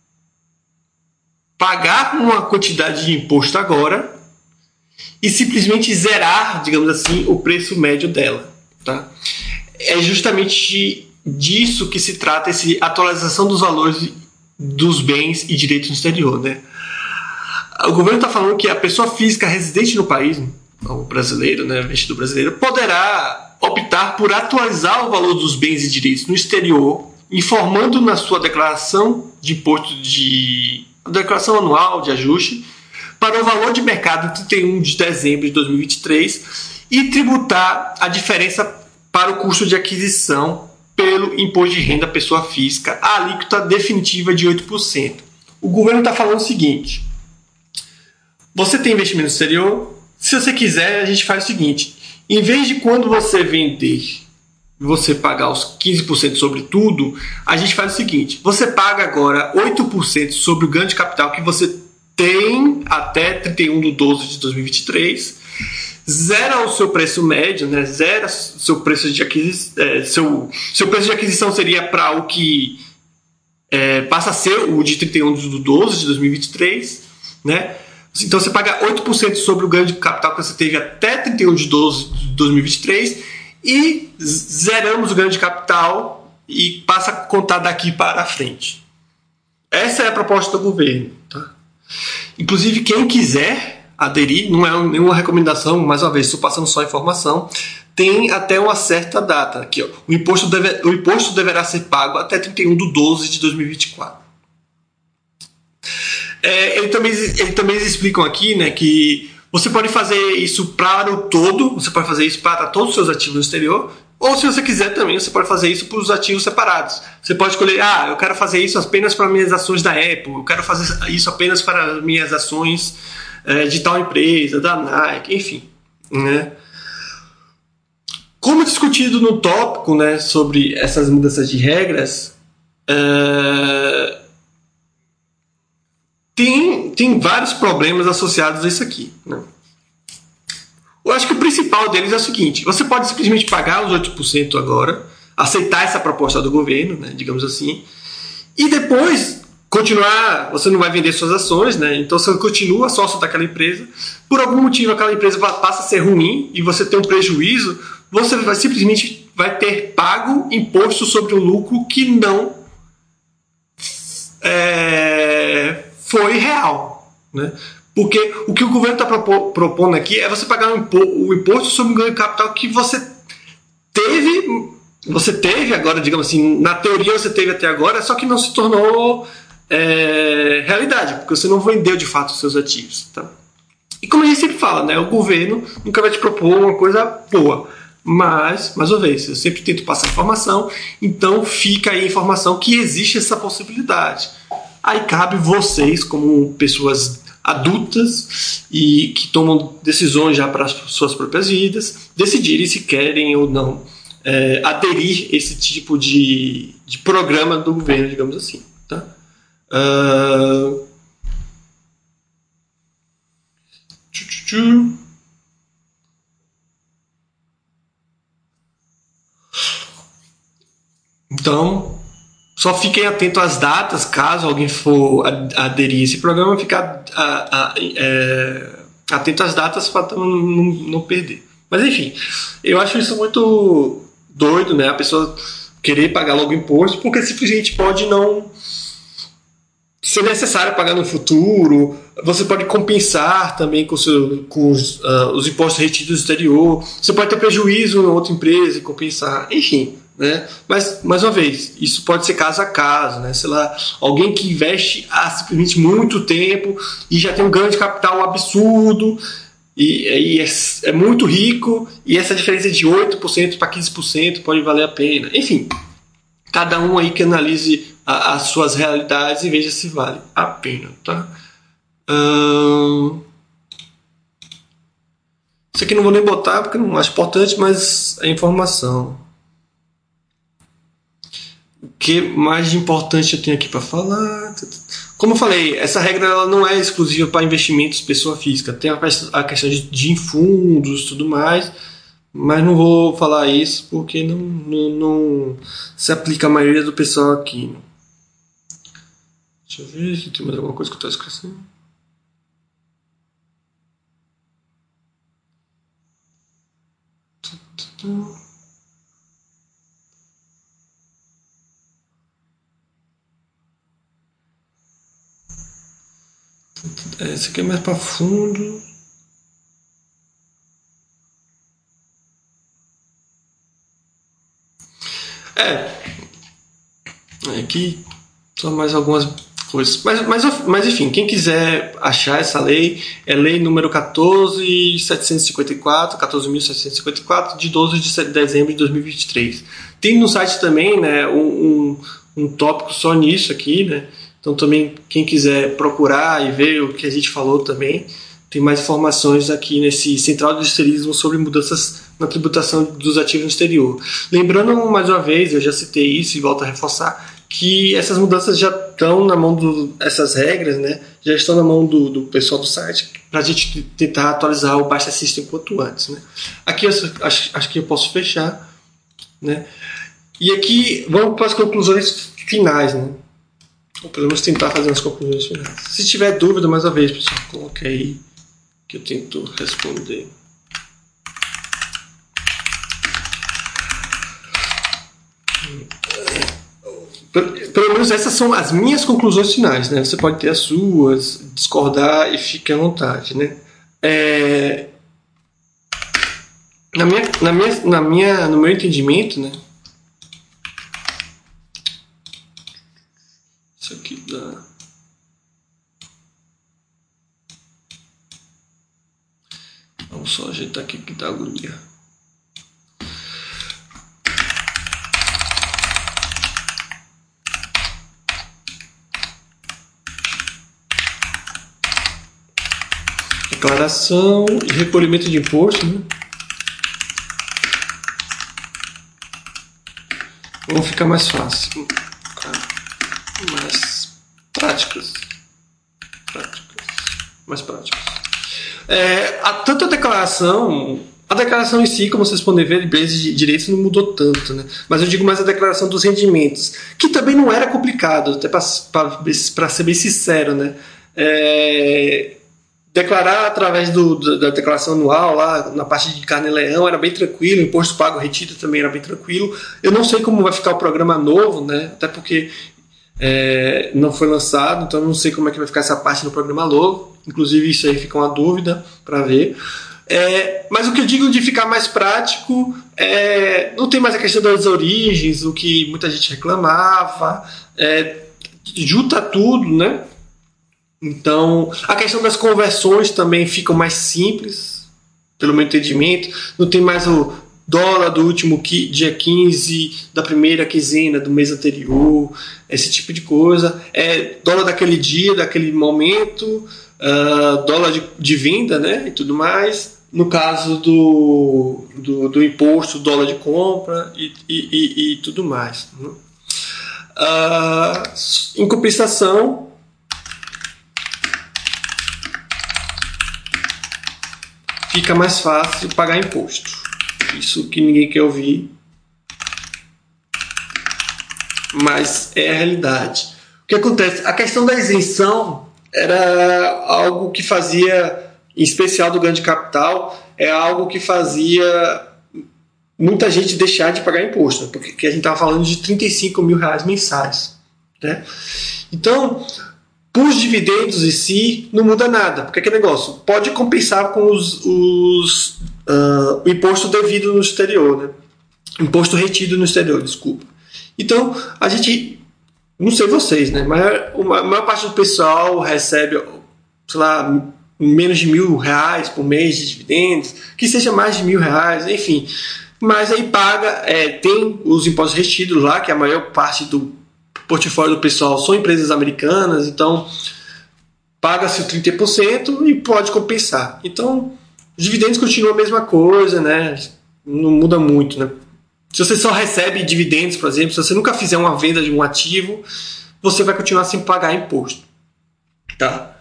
pagar uma quantidade de imposto agora e simplesmente zerar, digamos assim, o preço médio dela. Tá? É justamente disso que se trata essa atualização dos valores dos bens e direitos no exterior. Né? O governo está falando que a pessoa física residente no país, o brasileiro, né, o investidor brasileiro, poderá optar por atualizar o valor dos bens e direitos no exterior, informando na sua declaração de imposto de declaração anual de ajuste para o valor de mercado de trinta e um de dezembro de dois mil e vinte e três e tributar a diferença para o custo de aquisição pelo imposto de renda à pessoa física, a alíquota definitiva de oito por cento. O governo está falando o seguinte: você tem investimento no exterior, se você quiser, a gente faz o seguinte: em vez de quando você vender você pagar os quinze por cento sobre tudo, a gente faz o seguinte: você paga agora oito por cento sobre o ganho de capital que você tem até trinta e um de doze de dois mil e vinte e três, zera o seu preço médio, né? Zera seu preço de aquisição, é, seu, seu preço de aquisição seria para o que é, passa a ser o de trinta e um de doze de dois mil e vinte e três, né? Então você paga oito por cento sobre o ganho de capital que você teve até trinta e um de doze de dois mil e vinte e três e zeramos o ganho de capital e passa a contar daqui para frente. Essa é a proposta do governo. Tá? Inclusive, quem quiser aderir, não é nenhuma recomendação, mais uma vez, estou passando só informação, tem até uma certa data. Aqui, ó, o, imposto deve, o imposto deverá ser pago até trinta e um de doze de dois mil e vinte e quatro. É, ele também, eles também explicam aqui, né, que você pode fazer isso para o todo, você pode fazer isso para todos os seus ativos no exterior, ou se você quiser também, você pode fazer isso para os ativos separados. Você pode escolher, ah, eu quero fazer isso apenas para minhas ações da Apple, eu quero fazer isso apenas para minhas ações é, de tal empresa, da Nike, enfim. Né? Como discutido no tópico, né, sobre essas mudanças de regras, é, Tem, tem vários problemas associados a isso aqui. Né? Eu acho que o principal deles é o seguinte: você pode simplesmente pagar os oito por cento agora, aceitar essa proposta do governo, né, digamos assim, e depois continuar, você não vai vender suas ações, né, então você continua sócio daquela empresa, por algum motivo aquela empresa passa a ser ruim e você tem um prejuízo, você vai simplesmente vai ter pago imposto sobre o lucro que não é, foi real, né? Porque o que o governo está propondo aqui é você pagar o imposto sobre o ganho de capital que você teve, você teve agora, digamos assim, na teoria você teve até agora, só que não se tornou é, realidade, porque você não vendeu de fato os seus ativos. Tá? E como a gente sempre fala, né, o governo nunca vai te propor uma coisa boa, mas, mais uma vez, eu sempre tento passar informação, então fica aí a informação que existe essa possibilidade. aí cabe vocês, como pessoas adultas e que tomam decisões já para as suas próprias vidas, decidirem se querem ou não é, aderir a esse tipo de, de programa do governo, digamos assim. Tá? Uh... Então, só fiquem atentos às datas, caso alguém for aderir a esse programa, ficar a, a, é, atento às datas para não, não, não perder. Mas enfim, eu acho isso muito doido, né? A pessoa querer pagar logo imposto, porque simplesmente pode não ser necessário pagar no futuro. Você pode compensar também com, seu, com os, uh, os impostos retidos do exterior. Você pode ter prejuízo em outra empresa e compensar. Enfim, né? Mas, mais uma vez, isso pode ser caso a caso, né? Sei lá, alguém que investe há simplesmente muito tempo e já tem um ganho de capital absurdo e, e é, é muito rico, e essa diferença de oito por cento para quinze por cento pode valer a pena. Enfim, cada um aí que analise a, as suas realidades e veja se vale a pena, tá? Hum... Isso aqui não vou nem botar porque não acho importante, mas é informação. O que mais de importante eu tenho aqui para falar? Como eu falei, essa regra ela não é exclusiva para investimentos pessoa física. Tem a questão de, de fundos e tudo mais, mas não vou falar isso porque não, não, não se aplica a maioria do pessoal aqui. Deixa eu ver se tem mais alguma coisa que eu estou esquecendo. Esse aqui é mais para fundo. É. Aqui só mais algumas coisas. Mas, mas, mas enfim, quem quiser achar essa lei, é lei número quatorze mil setecentos e cinquenta e quatro, quatorze mil setecentos e cinquenta e quatro, de doze de dezembro de dois mil e vinte e três. Tem no site também, né, um, um, um tópico só nisso aqui, né? Então também quem quiser procurar e ver o que a gente falou também, tem mais informações aqui nesse Central do Esterismo sobre mudanças na tributação dos ativos no exterior. Lembrando mais uma vez, eu já citei isso e volto a reforçar, que essas mudanças já estão na mão do, essas regras, né, já estão na mão do, do pessoal do site, para a gente tentar atualizar o Basta System quanto antes, né. Aqui eu acho, acho que eu posso fechar, né, e aqui vamos para as conclusões finais, né. Ou pelo menos tentar fazer as conclusões finais. Se tiver dúvida, mais uma vez, pessoal, coloque aí que eu tento responder. Pelo menos essas são as minhas conclusões finais, né? Você pode ter as suas, discordar e fique à vontade, né? É... Na minha, na minha, na minha, no meu entendimento, né? Isso aqui dá. Vamos só ajeitar aqui que dá agonia. Declaração e recolhimento de imposto, né? Vão ficar mais fácil. Mais práticas. Práticas. Mais práticas. É, a, tanto a declaração, a declaração em si, como vocês podem ver, de bens de direitos não mudou tanto, né? Mas eu digo mais a declaração dos rendimentos, que também não era complicado, até para ser bem sincero, né? É, declarar através do, da declaração anual, lá na parte de carne e leão, era bem tranquilo, o imposto pago retido também era bem tranquilo. Eu não sei como vai ficar o programa novo, né? Até porque é, não foi lançado, então eu não sei como é que vai ficar essa parte no programa novo. Inclusive isso aí fica uma dúvida para ver. É, mas o que eu digo de ficar mais prático, é, não tem mais a questão das origens, o que muita gente reclamava, é, junta tudo, né? Então, a questão das conversões também fica mais simples, pelo meu entendimento. Não tem mais o dólar do último dia quinze, da primeira quinzena do mês anterior, esse tipo de coisa. É dólar daquele dia, daquele momento, uh, dólar de, de venda, né, e tudo mais. No caso do, do, do imposto, dólar de compra e, e, e, e tudo mais. Né? Uh, em compensação, fica mais fácil pagar imposto. Isso que ninguém quer ouvir, mas é a realidade. O que acontece? A questão da isenção era algo que fazia, em especial do ganho de capital, é algo que fazia muita gente deixar de pagar imposto, né? Porque a gente estava falando de trinta e cinco mil reais mensais. Né? Então, para os dividendos em si, não muda nada, porque aquele negócio pode compensar com os, os, uh, o imposto devido no exterior, né? Imposto retido no exterior, desculpa. Então, a gente, não sei vocês, né? Mas a maior parte do pessoal recebe, sei lá, menos de mil reais por mês de dividendos, que seja mais de mil reais, enfim. Mas aí paga, é, tem os impostos retidos lá, que a maior parte do portfólio do pessoal são empresas americanas, então paga-se o trinta por cento e pode compensar. Então, os dividendos continuam a mesma coisa, né? Não muda muito, né? Se você só recebe dividendos, por exemplo, se você nunca fizer uma venda de um ativo, você vai continuar sem pagar imposto. Tá?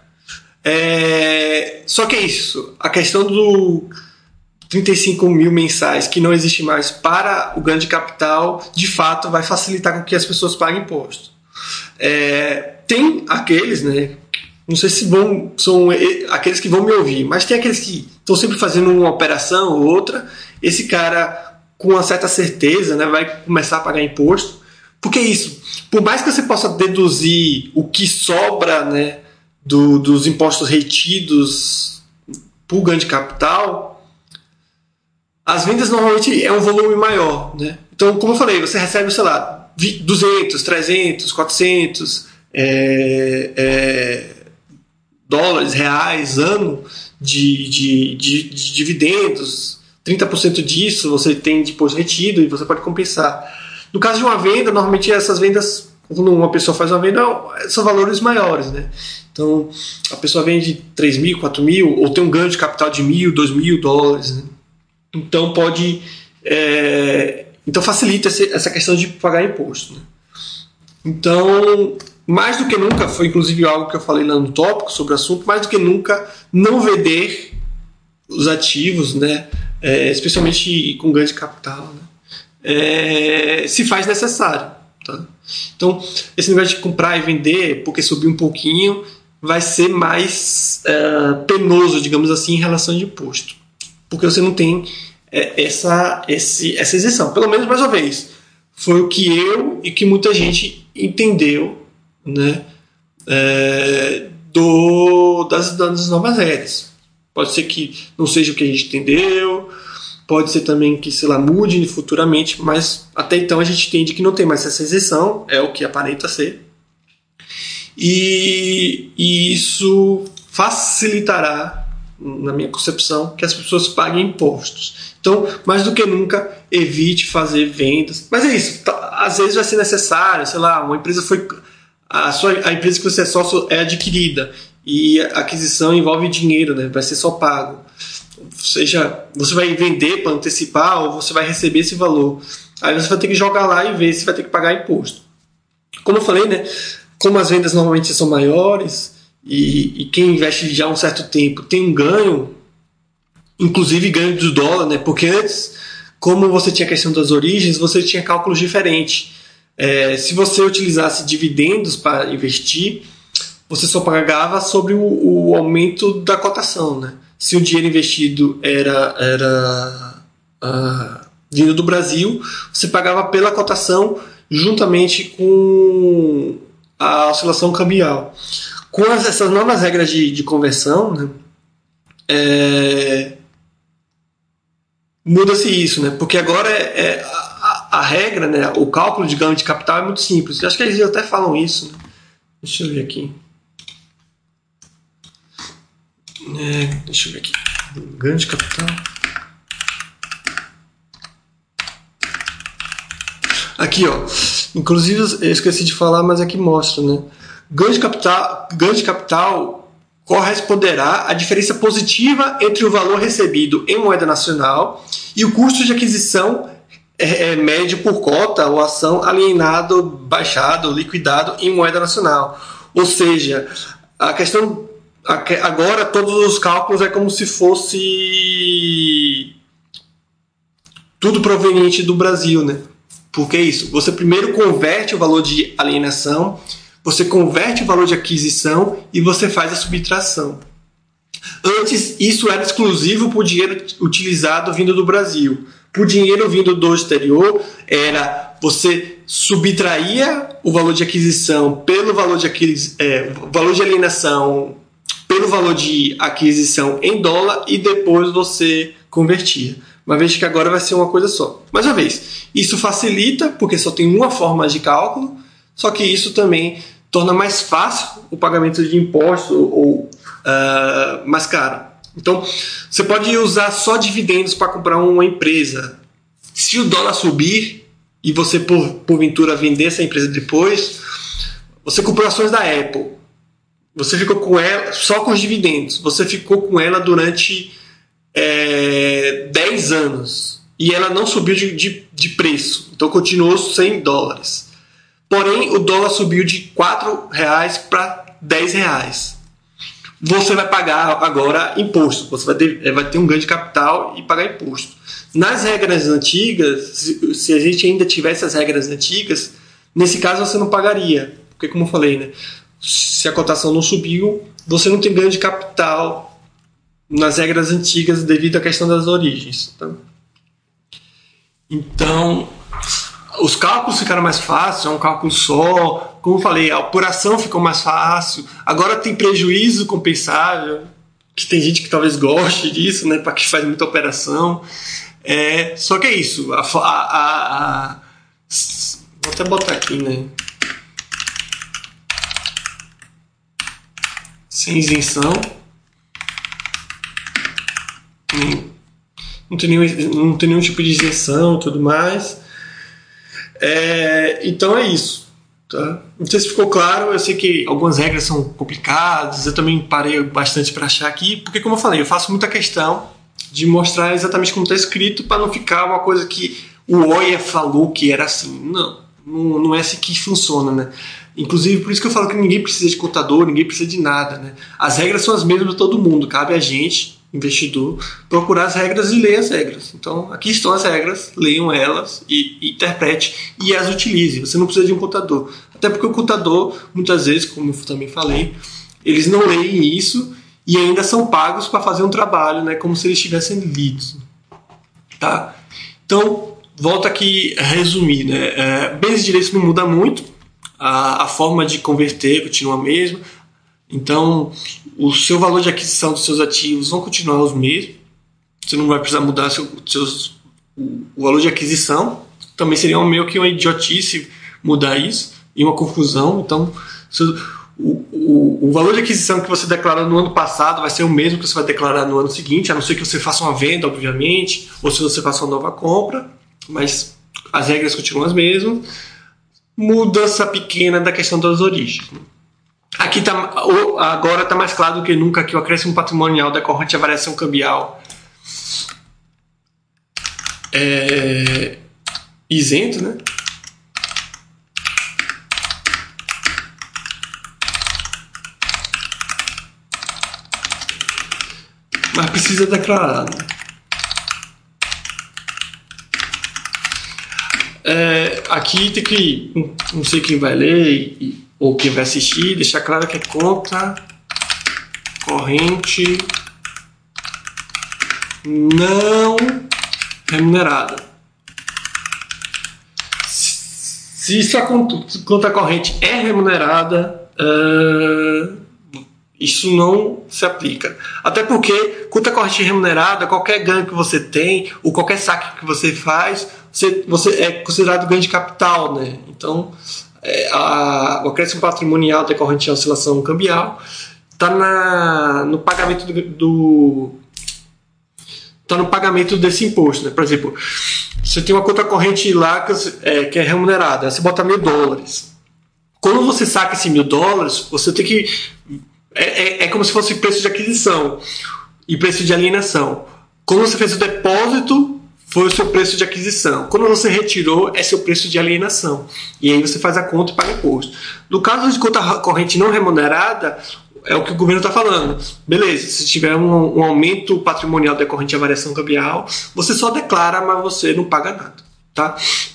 É... Só que é isso. A questão do trinta e cinco mil mensais que não existe mais para o ganho de capital, de fato, vai facilitar com que as pessoas paguem imposto. É... Tem aqueles, né? Não sei se vão, são aqueles que vão me ouvir, mas tem aqueles que estão sempre fazendo uma operação ou outra. Esse cara, com uma certa certeza, né, vai começar a pagar imposto. Porque isso, por mais que você possa deduzir o que sobra, né, do, dos impostos retidos por ganho de capital, as vendas normalmente é um volume maior. Né? Então, como eu falei, você recebe, sei lá, duzentos, trezentos, quatrocentos é, é, dólares, reais, ano de, de, de, de dividendos. trinta por cento disso você tem de imposto retido e você pode compensar. No caso de uma venda, normalmente essas vendas, quando uma pessoa faz uma venda, são valores maiores. Né? Então, a pessoa vende três mil, quatro mil, ou tem um ganho de capital de mil, dois mil dólares. Né? Então, pode. É, então, facilita essa questão de pagar imposto. Né? Então, mais do que nunca, foi inclusive algo que eu falei lá no tópico sobre o assunto, mais do que nunca, não vender os ativos, né? É, especialmente com ganho de capital, né? É, se faz necessário. Tá? Então, esse negócio de comprar e vender, porque subiu um pouquinho, vai ser mais é, penoso, digamos assim, em relação de imposto. Porque você não tem é, essa, esse, essa isenção. Pelo menos, mais uma vez, foi o que eu e que muita gente entendeu, né, é, do, das, das novas regras. Pode ser que não seja o que a gente entendeu, pode ser também que, sei lá, mude futuramente, mas até então a gente entende que não tem mais essa isenção, é o que aparenta ser. E, e isso facilitará, na minha concepção, que as pessoas paguem impostos. Então, mais do que nunca, evite fazer vendas. Mas é isso, às vezes vai ser necessário, sei lá, uma empresa foi... A, sua, a empresa que você é sócio é adquirida e a aquisição envolve dinheiro, né? Vai ser só pago. Seja, você vai vender para antecipar ou você vai receber esse valor. Aí você vai ter que jogar lá e ver se vai ter que pagar imposto. Como eu falei, né? Como as vendas normalmente são maiores e, e quem investe já há um certo tempo tem um ganho, inclusive ganho do dólar, né? Porque antes, como você tinha a questão das origens, você tinha cálculos diferentes. É, se você utilizasse dividendos para investir, você só pagava sobre o, o aumento da cotação, né? Se o dinheiro investido era, era uh, vindo do Brasil, você pagava pela cotação juntamente com a oscilação cambial. Com as, essas novas regras de, de conversão, né, é, muda-se isso, né? Porque agora é, é a, a regra, né, o cálculo de ganho de capital é muito simples. Eu acho que eles até falam isso. Né? Deixa eu ver aqui. É, deixa eu ver aqui. Ganho de capital. Aqui, ó. Inclusive, eu esqueci de falar, mas aqui mostra, né? Ganho de capital, ganho de capital corresponderá à diferença positiva entre o valor recebido em moeda nacional e o custo de aquisição é, é, médio por cota ou ação alienado, baixado, liquidado em moeda nacional. Ou seja, a questão agora todos os cálculos é como se fosse tudo proveniente do Brasil, né? Porque é isso, você primeiro converte o valor de alienação, você converte o valor de aquisição e você faz a subtração. Antes, isso era exclusivo para o dinheiro utilizado vindo do Brasil. Para o dinheiro vindo do exterior, era você subtraía o valor de aquisição pelo valor de, aquis, é, valor de alienação pelo valor de aquisição em dólar e depois você convertia. Uma vez que agora vai ser uma coisa só. Mais uma vez, isso facilita, porque só tem uma forma de cálculo, só que isso também torna mais fácil o pagamento de impostos ou uh, mais caro. Então, você pode usar só dividendos para comprar uma empresa. Se o dólar subir e você, por, porventura, vender essa empresa depois, você comprou ações da Apple. Você ficou com ela só com os dividendos. Você ficou com ela durante é, dez anos. E ela não subiu de, de, de preço. Então continuou cem dólares. Porém, o dólar subiu de quatro reais para dez reais. Você vai pagar agora imposto. Você vai ter, vai ter um ganho de capital e pagar imposto. Nas regras antigas, se, se a gente ainda tivesse as regras antigas, nesse caso você não pagaria. Porque, como eu falei, né? Se a cotação não subiu, você não tem ganho de capital nas regras antigas devido à questão das origens. Tá? Então, os cálculos ficaram mais fáceis, é um cálculo só. Como eu falei, a apuração ficou mais fácil. Agora tem prejuízo compensável, que tem gente que talvez goste disso, né, para que faz muita operação. É, só que é isso. A, a, a, a, vou até botar aqui, né? Sem isenção. Não tem nenhum, não tem nenhum tipo de isenção e tudo mais. É, então é isso. Tá? Não sei se ficou claro. Eu sei que algumas regras são complicadas. Eu também parei bastante para achar aqui. Porque, como eu falei, eu faço muita questão de mostrar exatamente como está escrito para não ficar uma coisa que o Oia falou que era assim. Não, não, não é assim que funciona, né? Inclusive, por isso que eu falo que ninguém precisa de contador, ninguém precisa de nada, né? As regras são as mesmas para todo mundo. Cabe a gente, investidor, procurar as regras e ler as regras. Então, aqui estão as regras, leiam elas e, e interprete e as utilize. Você não precisa de um contador. Até porque o contador, muitas vezes, como eu também falei, eles não leem isso e ainda são pagos para fazer um trabalho, né? Como se eles estivessem lidos. Tá? Então, volta aqui a resumir, né? É, bens e direitos não muda muito. A, a forma de converter continua a mesma. Então, o seu valor de aquisição dos seus ativos vão continuar os mesmos. Você não vai precisar mudar seu, seus, o, o valor de aquisição. Também seria meio que uma idiotice mudar isso e uma confusão. Então, seu, o, o, o valor de aquisição que você declarou no ano passado vai ser o mesmo que você vai declarar no ano seguinte, a não ser que você faça uma venda, obviamente, ou se você faça uma nova compra. Mas as regras continuam as mesmas. Mudança pequena da questão das origens. Aqui tá, agora está mais claro do que nunca que o acréscimo patrimonial decorrente à variação cambial é isento, né? Mas precisa declarar, né? É, aqui tem que, não sei quem vai ler e, ou quem vai assistir, deixar claro que é conta corrente não remunerada. Se sua conta corrente é remunerada, uh, isso não se aplica. Até porque conta corrente remunerada, qualquer ganho que você tem, ou qualquer saque que você faz, você, você é considerado ganho de capital, né? Então, é, a, o acréscimo patrimonial decorrente à oscilação cambial está no pagamento do, do tá no pagamento desse imposto, né? Por exemplo, você tem uma conta corrente lá que é, que é remunerada, você bota mil dólares. Quando você saca esse mil dólares, você tem que... É, é, é como se fosse preço de aquisição e preço de alienação. Quando você fez o depósito, foi o seu preço de aquisição. Quando você retirou, é seu preço de alienação. E aí você faz a conta e paga imposto. No caso de conta corrente não remunerada, é o que o governo está falando. Beleza, se tiver um, um aumento patrimonial decorrente à variação cambial, você só declara, mas você não paga nada. Tá?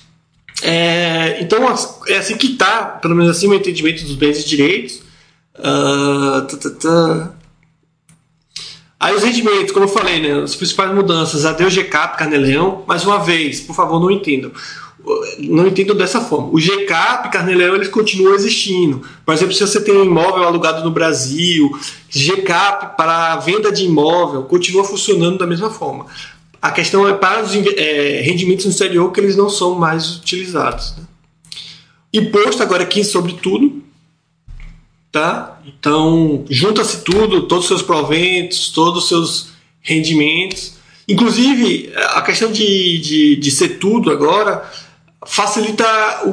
É, então, é assim que está, pelo menos assim, o entendimento dos bens e direitos. Uh, tá, tá, tá. Aí os rendimentos, como eu falei, né, as principais mudanças, adeus G CAP, Carnê-Leão, mais uma vez, por favor, não entendam. Não entendam dessa forma. O G CAP e Carnê-Leão, eles continuam existindo. Por exemplo, se você tem um imóvel alugado no Brasil, G CAP para a venda de imóvel continua funcionando da mesma forma. A questão é para os é, rendimentos no exterior que eles não são mais utilizados. Né? Imposto agora aqui sobre tudo. Tá? Então, junta-se tudo, todos os seus proventos, todos os seus rendimentos. Inclusive, a questão de, de, de ser tudo agora facilita,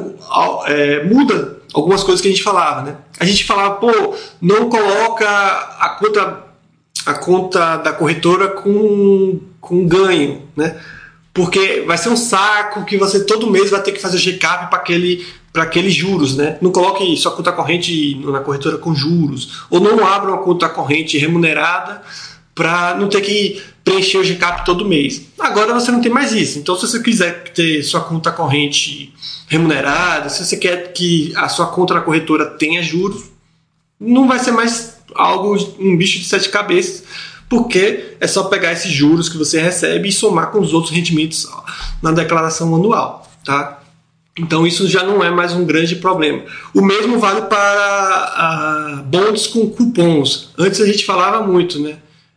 é, muda algumas coisas que a gente falava. Né? A gente falava, pô, não coloca a conta, a conta da corretora com, com ganho, né? Porque vai ser um saco que você todo mês vai ter que fazer G CAP para aquele... para aqueles juros, né? Não coloque sua conta corrente na corretora com juros, ou não abra uma conta corrente remunerada para não ter que preencher o G CAP todo mês. Agora você não tem mais isso. Então, se você quiser ter sua conta corrente remunerada, se você quer que a sua conta na corretora tenha juros, não vai ser mais algo, um bicho de sete cabeças, porque é só pegar esses juros que você recebe e somar com os outros rendimentos na declaração anual, tá? Então isso já não é mais um grande problema. O mesmo vale para uh, bonds com cupons. Antes a gente falava muito, né?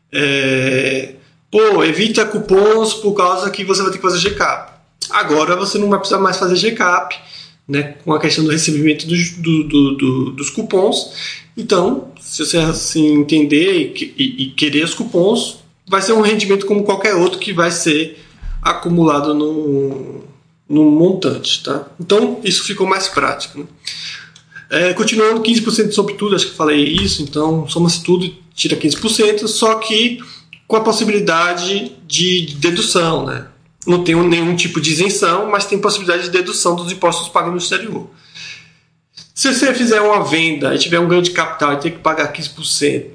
É, pô, evita cupons por causa que você vai ter que fazer G CAP. Agora você não vai precisar mais fazer G CAP, né? Com a questão do recebimento dos, do, do, do, dos cupons. Então, se você assim, entender e, e, e querer os cupons, vai ser um rendimento como qualquer outro que vai ser acumulado no... no montante, tá? Então isso ficou mais prático, né? É, continuando, quinze por cento sobre tudo, acho que falei isso, então soma-se tudo e tira quinze por cento, só que com a possibilidade de dedução, né? Não tem nenhum tipo de isenção, mas tem possibilidade de dedução dos impostos pagos no exterior. Se você fizer uma venda e tiver um ganho de capital e ter que pagar quinze por cento,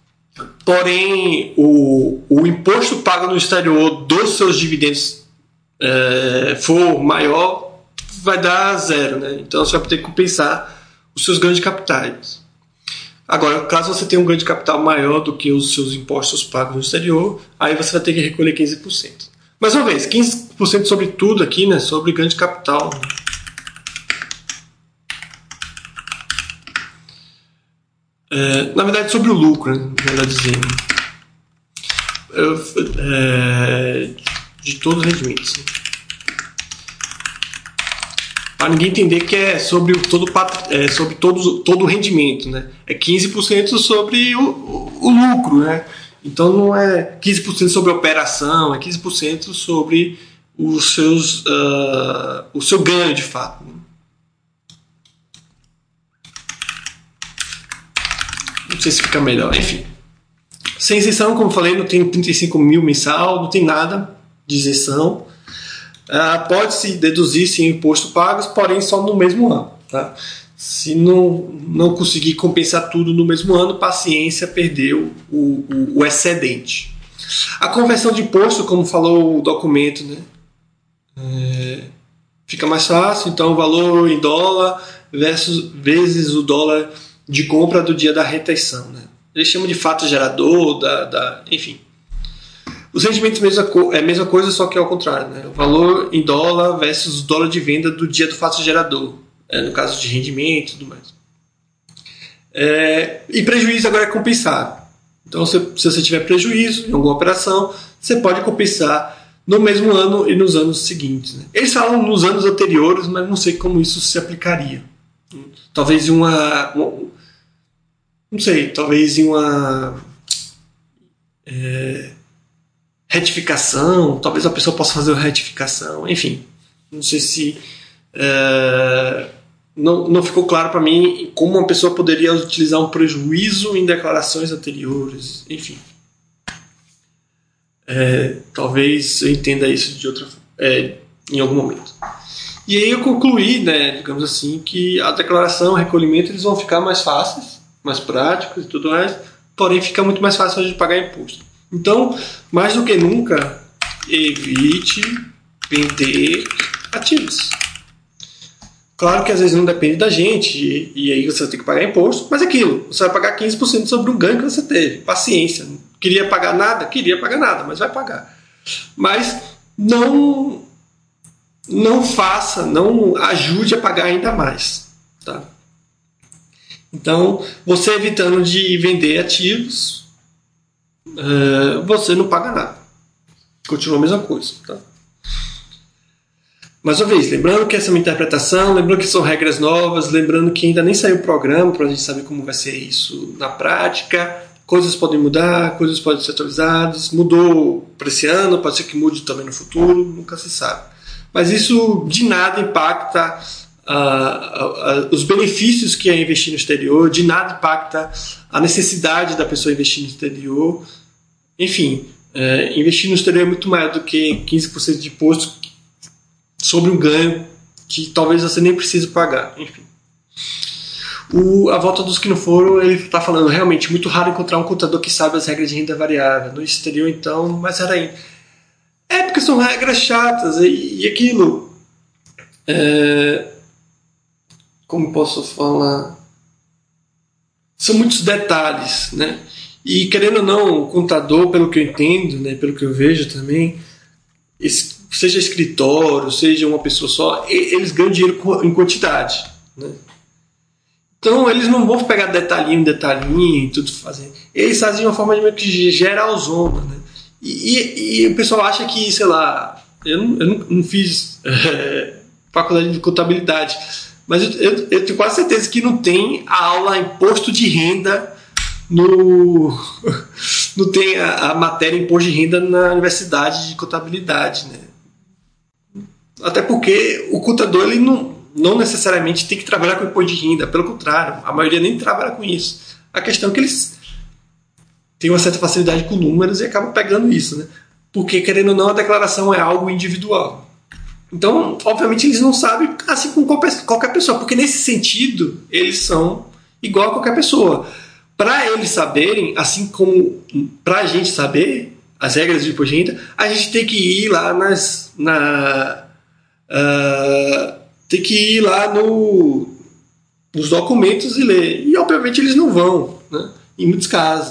porém o, o imposto pago no exterior dos seus dividendos É, for maior, vai dar zero, né? Então você vai ter que compensar os seus ganhos de capitais. Agora, caso você tenha um ganho de capital maior do que os seus impostos pagos no exterior, aí você vai ter que recolher quinze por cento. Mais uma vez, quinze por cento sobre tudo aqui, né? Sobre ganho de capital. É, na verdade, sobre o lucro, né? Melhor dizendo. Eu, é, de todos os rendimentos. Para ninguém entender que é sobre todo, é, sobre todo, todo o rendimento, né? É quinze por cento sobre o, o, o lucro, né? Então não é quinze por cento sobre a operação, é quinze por cento sobre os seus, uh, o seu ganho de fato. Né? Não sei se fica melhor, enfim. Sem isenção, como falei, não tem trinta e cinco mil mensal, não tem nada de isenção. Uh, pode-se deduzir sim imposto pagos, porém só no mesmo ano. Tá? Se não, não conseguir compensar tudo no mesmo ano, paciência, perdeu o, o, o excedente. A conversão de imposto, como falou o documento, né? É, fica mais fácil, então o valor em dólar versus, vezes o dólar de compra do dia da retenção. Né? Eles chamam de fato gerador, da, da, enfim. Os rendimentos é a mesma coisa, só que é ao contrário. Né? O valor em dólar versus o dólar de venda do dia do fato gerador. É, no caso de rendimento e tudo mais. É, e prejuízo agora é compensado. Então, se, se você tiver prejuízo em alguma operação, você pode compensar no mesmo ano e nos anos seguintes. Né? Eles falam nos anos anteriores, mas não sei como isso se aplicaria. Talvez em uma... uma não sei, talvez em uma... É, retificação, talvez a pessoa possa fazer uma retificação, enfim. Não sei se é, não, não ficou claro para mim como uma pessoa poderia utilizar um prejuízo em declarações anteriores, enfim. É, talvez eu entenda isso de outra é, em algum momento. E aí eu concluí, né, digamos assim, que a declaração, o recolhimento, eles vão ficar mais fáceis, mais práticos e tudo mais, porém fica muito mais fácil de pagar imposto. Então, mais do que nunca, evite vender ativos. Claro que às vezes não depende da gente, e, e aí você vai ter que pagar imposto, mas é aquilo, você vai pagar quinze por cento sobre um ganho que você teve. Paciência. Queria pagar nada? Queria pagar nada, mas vai pagar. Mas não, não faça, não ajude a pagar ainda mais. Tá? Então, você evitando de vender ativos, uh, você não paga nada. Continua a mesma coisa. Tá? Mais uma vez, lembrando que essa é uma interpretação, lembrando que são regras novas, lembrando que ainda nem saiu o programa para a gente saber como vai ser isso na prática. Coisas podem mudar, coisas podem ser atualizadas. Mudou para esse ano, pode ser que mude também no futuro, nunca se sabe. Mas isso de nada impacta uh, uh, uh, os benefícios que é investir no exterior, de nada impacta a necessidade da pessoa investir no exterior. Enfim, uh, investir no exterior é muito mais do que quinze por cento de imposto sobre um ganho que talvez você nem precise pagar. Enfim. O, a volta dos que não foram, ele está falando realmente muito raro encontrar um contador que sabe as regras de renda variável. No exterior, então, mas era aí. É porque são regras chatas e, e aquilo. É, como posso falar? São muitos detalhes, né? E querendo ou não, o contador, pelo que eu entendo, né, pelo que eu vejo também, esse, seja escritório, seja uma pessoa só, eles ganham dinheiro em quantidade, né? Então, eles não vão pegar detalhinho, detalhinho e tudo fazer. Eles fazem de uma forma de meio que geralzona, né? E, e, e o pessoal acha que, sei lá, eu não, eu não, não fiz é, faculdade de contabilidade, mas eu, eu, eu tenho quase certeza que não tem a aula imposto de renda no... não tem a, a matéria imposto de renda na universidade de contabilidade, né? Até porque o contador, ele não... não necessariamente tem que trabalhar com imposto de renda, pelo contrário, a maioria nem trabalha com isso. A questão é que eles têm uma certa facilidade com números e acabam pegando isso, né? Porque, querendo ou não, a declaração é algo individual. Então, obviamente, eles não sabem assim como qualquer pessoa, porque nesse sentido, eles são igual a qualquer pessoa. Para eles saberem, assim como para a gente saber as regras de imposto de renda, a gente tem que ir lá nas... na, uh, tem que ir lá no, nos documentos e ler. E, obviamente, eles não vão, né? Em muitos casos.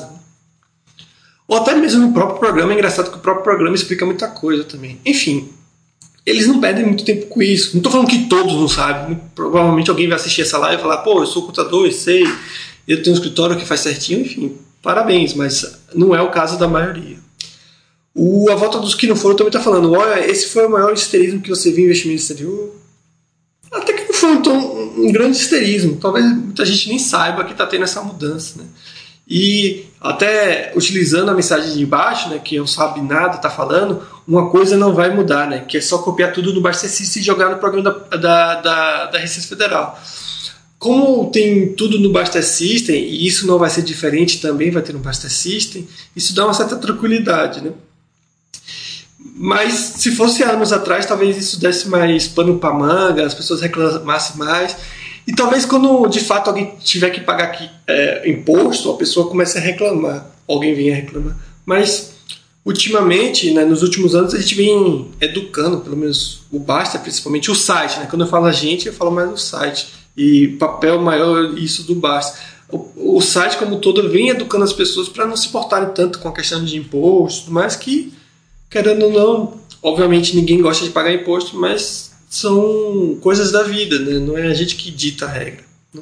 Ou até mesmo no próprio programa. É engraçado que o próprio programa explica muita coisa também. Enfim, eles não perdem muito tempo com isso. Não estou falando que todos não sabem. Muito, provavelmente alguém vai assistir essa live e falar, pô, eu sou contador, eu sei, eu tenho um escritório que faz certinho. Enfim, parabéns, mas não é o caso da maioria. O, a volta dos que não foram também está falando, olha, esse foi o maior histerismo que você viu em investimento exterior. Até que não foi um, um, um grande histerismo. Talvez muita gente nem saiba que está tendo essa mudança, né? E até utilizando a mensagem de baixo, né, que é o Sabe Nada está falando, uma coisa não vai mudar, né, que é só copiar tudo no Basta System e jogar no programa da, da, da, da Receita Federal. Como tem tudo no Basta System, e isso não vai ser diferente também, vai ter no Basta System, isso dá uma certa tranquilidade, né? Mas se fosse anos atrás, talvez isso desse mais pano para manga, as pessoas reclamassem mais. E talvez quando de fato alguém tiver que pagar aqui, é, imposto, a pessoa comece a reclamar. Alguém venha reclamar. Mas ultimamente, né, nos últimos anos, a gente vem educando, pelo menos o Basta, principalmente o site. Né? Quando eu falo a gente, eu falo mais do site. E papel maior isso do Basta. O, o site como todo vem educando as pessoas para não se portarem tanto com a questão de imposto, mas que, querendo ou não, obviamente ninguém gosta de pagar imposto, mas são coisas da vida, né? Não é a gente que dita a regra, né?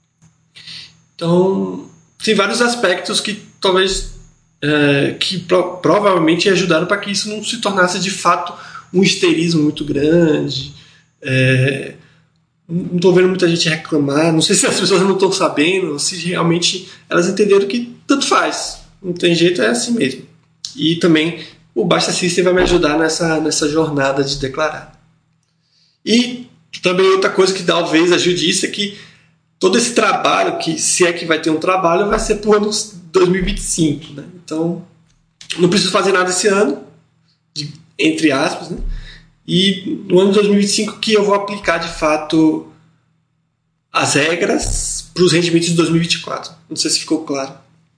Então, tem vários aspectos que talvez é, que pro, provavelmente ajudaram para que isso não se tornasse de fato um histerismo muito grande. É, não estou vendo muita gente reclamar, não sei se as pessoas não estão sabendo, se realmente elas entenderam que tanto faz, não tem jeito, é assim mesmo. E também o Basta System vai me ajudar nessa, nessa jornada de declarar. E também outra coisa que talvez ajude isso é que todo esse trabalho, que se é que vai ter um trabalho, vai ser para o ano dois mil e vinte e cinco. Né? Então, não preciso fazer nada esse ano, de, entre aspas, né? E no ano de dois mil e vinte e cinco que eu vou aplicar de fato as regras para os rendimentos de dois mil e vinte e quatro. Não sei se ficou claro.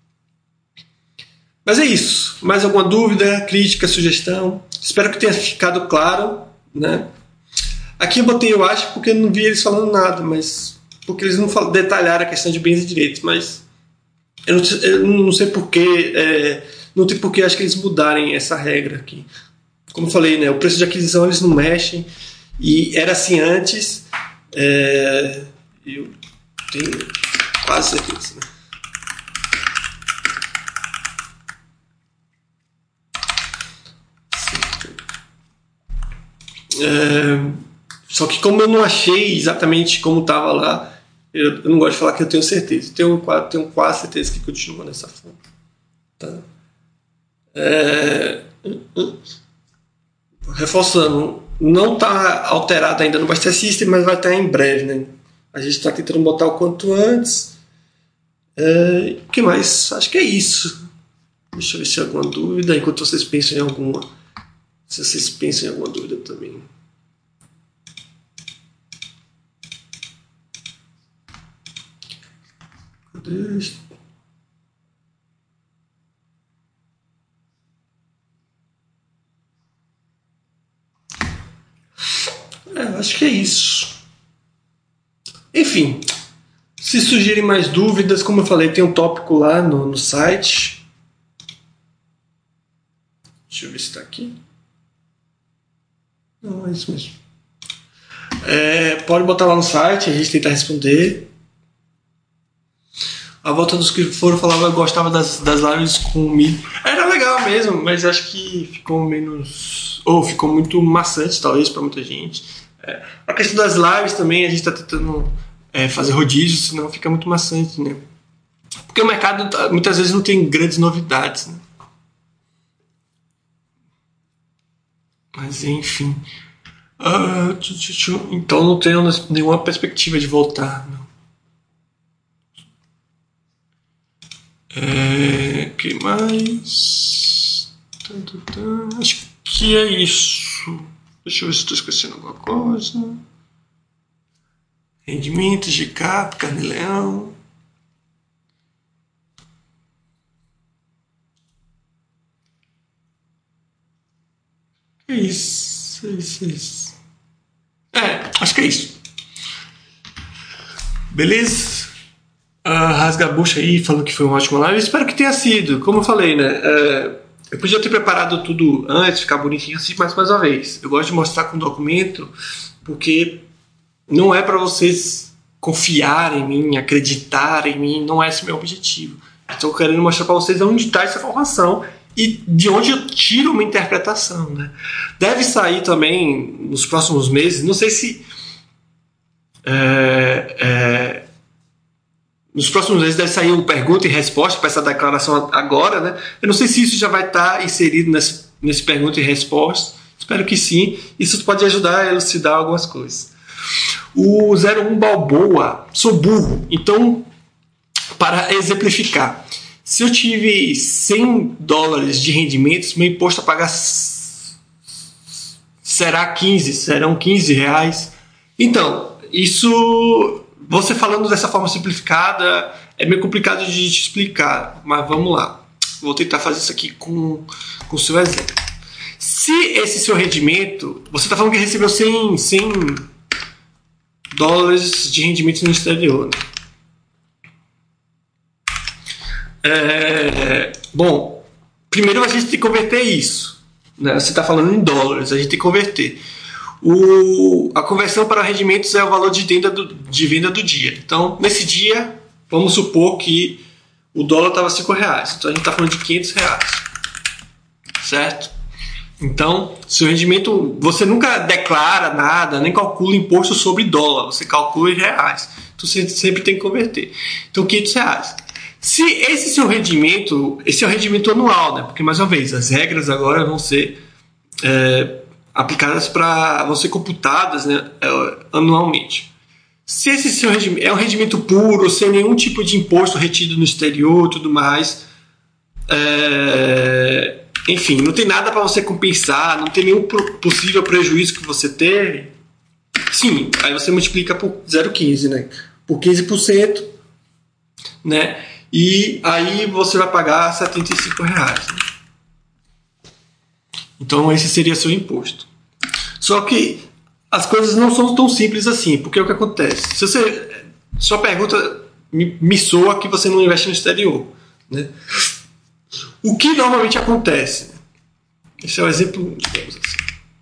Mas é isso. Mais alguma dúvida, crítica, sugestão? Espero que tenha ficado claro, né? Aqui eu botei eu acho porque eu não vi eles falando nada, mas porque eles não detalharam a questão de bens e direitos, mas eu não, eu não sei porquê, é, não tem porquê acho que eles mudarem essa regra aqui. Como eu falei, né, o preço de aquisição eles não mexem, e era assim antes, é, eu tenho quase certeza, né? É, só que como eu não achei exatamente como estava lá, eu, eu não gosto de falar que eu tenho certeza. Tenho, tenho quase certeza que continua nessa forma. Tá? É, reforçando, não está alterado ainda no Basta System, mas vai estar em breve. Né? A gente está tentando botar o quanto antes. É, o que mais? Acho que é isso. Deixa eu ver se tem alguma dúvida, enquanto vocês pensam em alguma. Se vocês pensam em alguma dúvida também. Cadê? É, acho que é isso. Enfim, se surgirem mais dúvidas, como eu falei, tem um tópico lá no, no site. Deixa eu ver se está aqui. Não, é isso mesmo. É, pode botar lá no site, a gente tenta responder. A volta dos que foram falava eu gostava das, das lives com milho. Era legal mesmo, mas acho que ficou menos. Ou ficou muito maçante, talvez, para muita gente. É, a questão das lives também, a gente está tentando é, fazer rodízio, senão fica muito maçante, né? Porque o mercado muitas vezes não tem grandes novidades, né? Mas enfim. Uh, tchu, tchu, tchu. Então não tenho nenhuma perspectiva de voltar. Não. É, que mais? Acho que é isso. Deixa eu ver se estou esquecendo alguma coisa. Rendimentos de Cap, Carne-Leão. É isso, é isso, é isso. É, acho que é isso. Beleza? Uh, rasga a bucha aí, falando que foi uma ótima live. Espero que tenha sido. Como eu falei, né? Uh, eu podia ter preparado tudo antes, ficar bonitinho assim, mas mais uma vez, eu gosto de mostrar com documento, porque não é para vocês confiarem em mim, acreditarem em mim, não é esse meu objetivo. Estou querendo mostrar para vocês onde está essa informação e de onde eu tiro uma interpretação, né? Deve sair também nos próximos meses, não sei se é, é, nos próximos meses deve sair uma pergunta e resposta para essa declaração agora, né? Eu não sei se isso já vai estar inserido nesse, nesse pergunta e resposta, espero que sim. Isso pode ajudar a elucidar algumas coisas. O zero um Balboa, sou burro, então para exemplificar, se eu tive cem dólares de rendimentos, meu imposto a pagar será quinze, serão quinze reais. Então, isso, você falando dessa forma simplificada, é meio complicado de te explicar, mas vamos lá. Vou tentar fazer isso aqui com o seu exemplo. Se esse seu rendimento, você está falando que recebeu cem, cem dólares de rendimento no exterior, né? É, bom, primeiro a gente tem que converter isso, né? Você está falando em dólares, a gente tem que converter. O, a conversão para rendimentos é o valor de venda do, de venda do dia. Então, nesse dia, vamos supor que o dólar estava cinco reais. Então, a gente está falando de quinhentos reais. Certo? Então, se o rendimento... Você nunca declara nada, nem calcula imposto sobre dólar. Você calcula em reais. Então, você sempre tem que converter. Então, quinhentos reais. Se esse seu rendimento, esse é o rendimento anual, né? Porque, mais uma vez, as regras agora vão ser é, aplicadas para, vão ser computadas, né, anualmente. Se esse seu rendimento é um rendimento puro, sem nenhum tipo de imposto retido no exterior e tudo mais, é, enfim, não tem nada para você compensar, não tem nenhum possível prejuízo que você teve, sim, aí você multiplica por zero vírgula quinze, né? Por quinze por cento, né? E aí você vai pagar setenta e cinco reais. Né? Então esse seria seu imposto. Só que as coisas não são tão simples assim, porque é o que acontece. Se você, sua pergunta me, me soa que você não investe no exterior, né? O que normalmente acontece? Esse é o exemplo, digamos assim.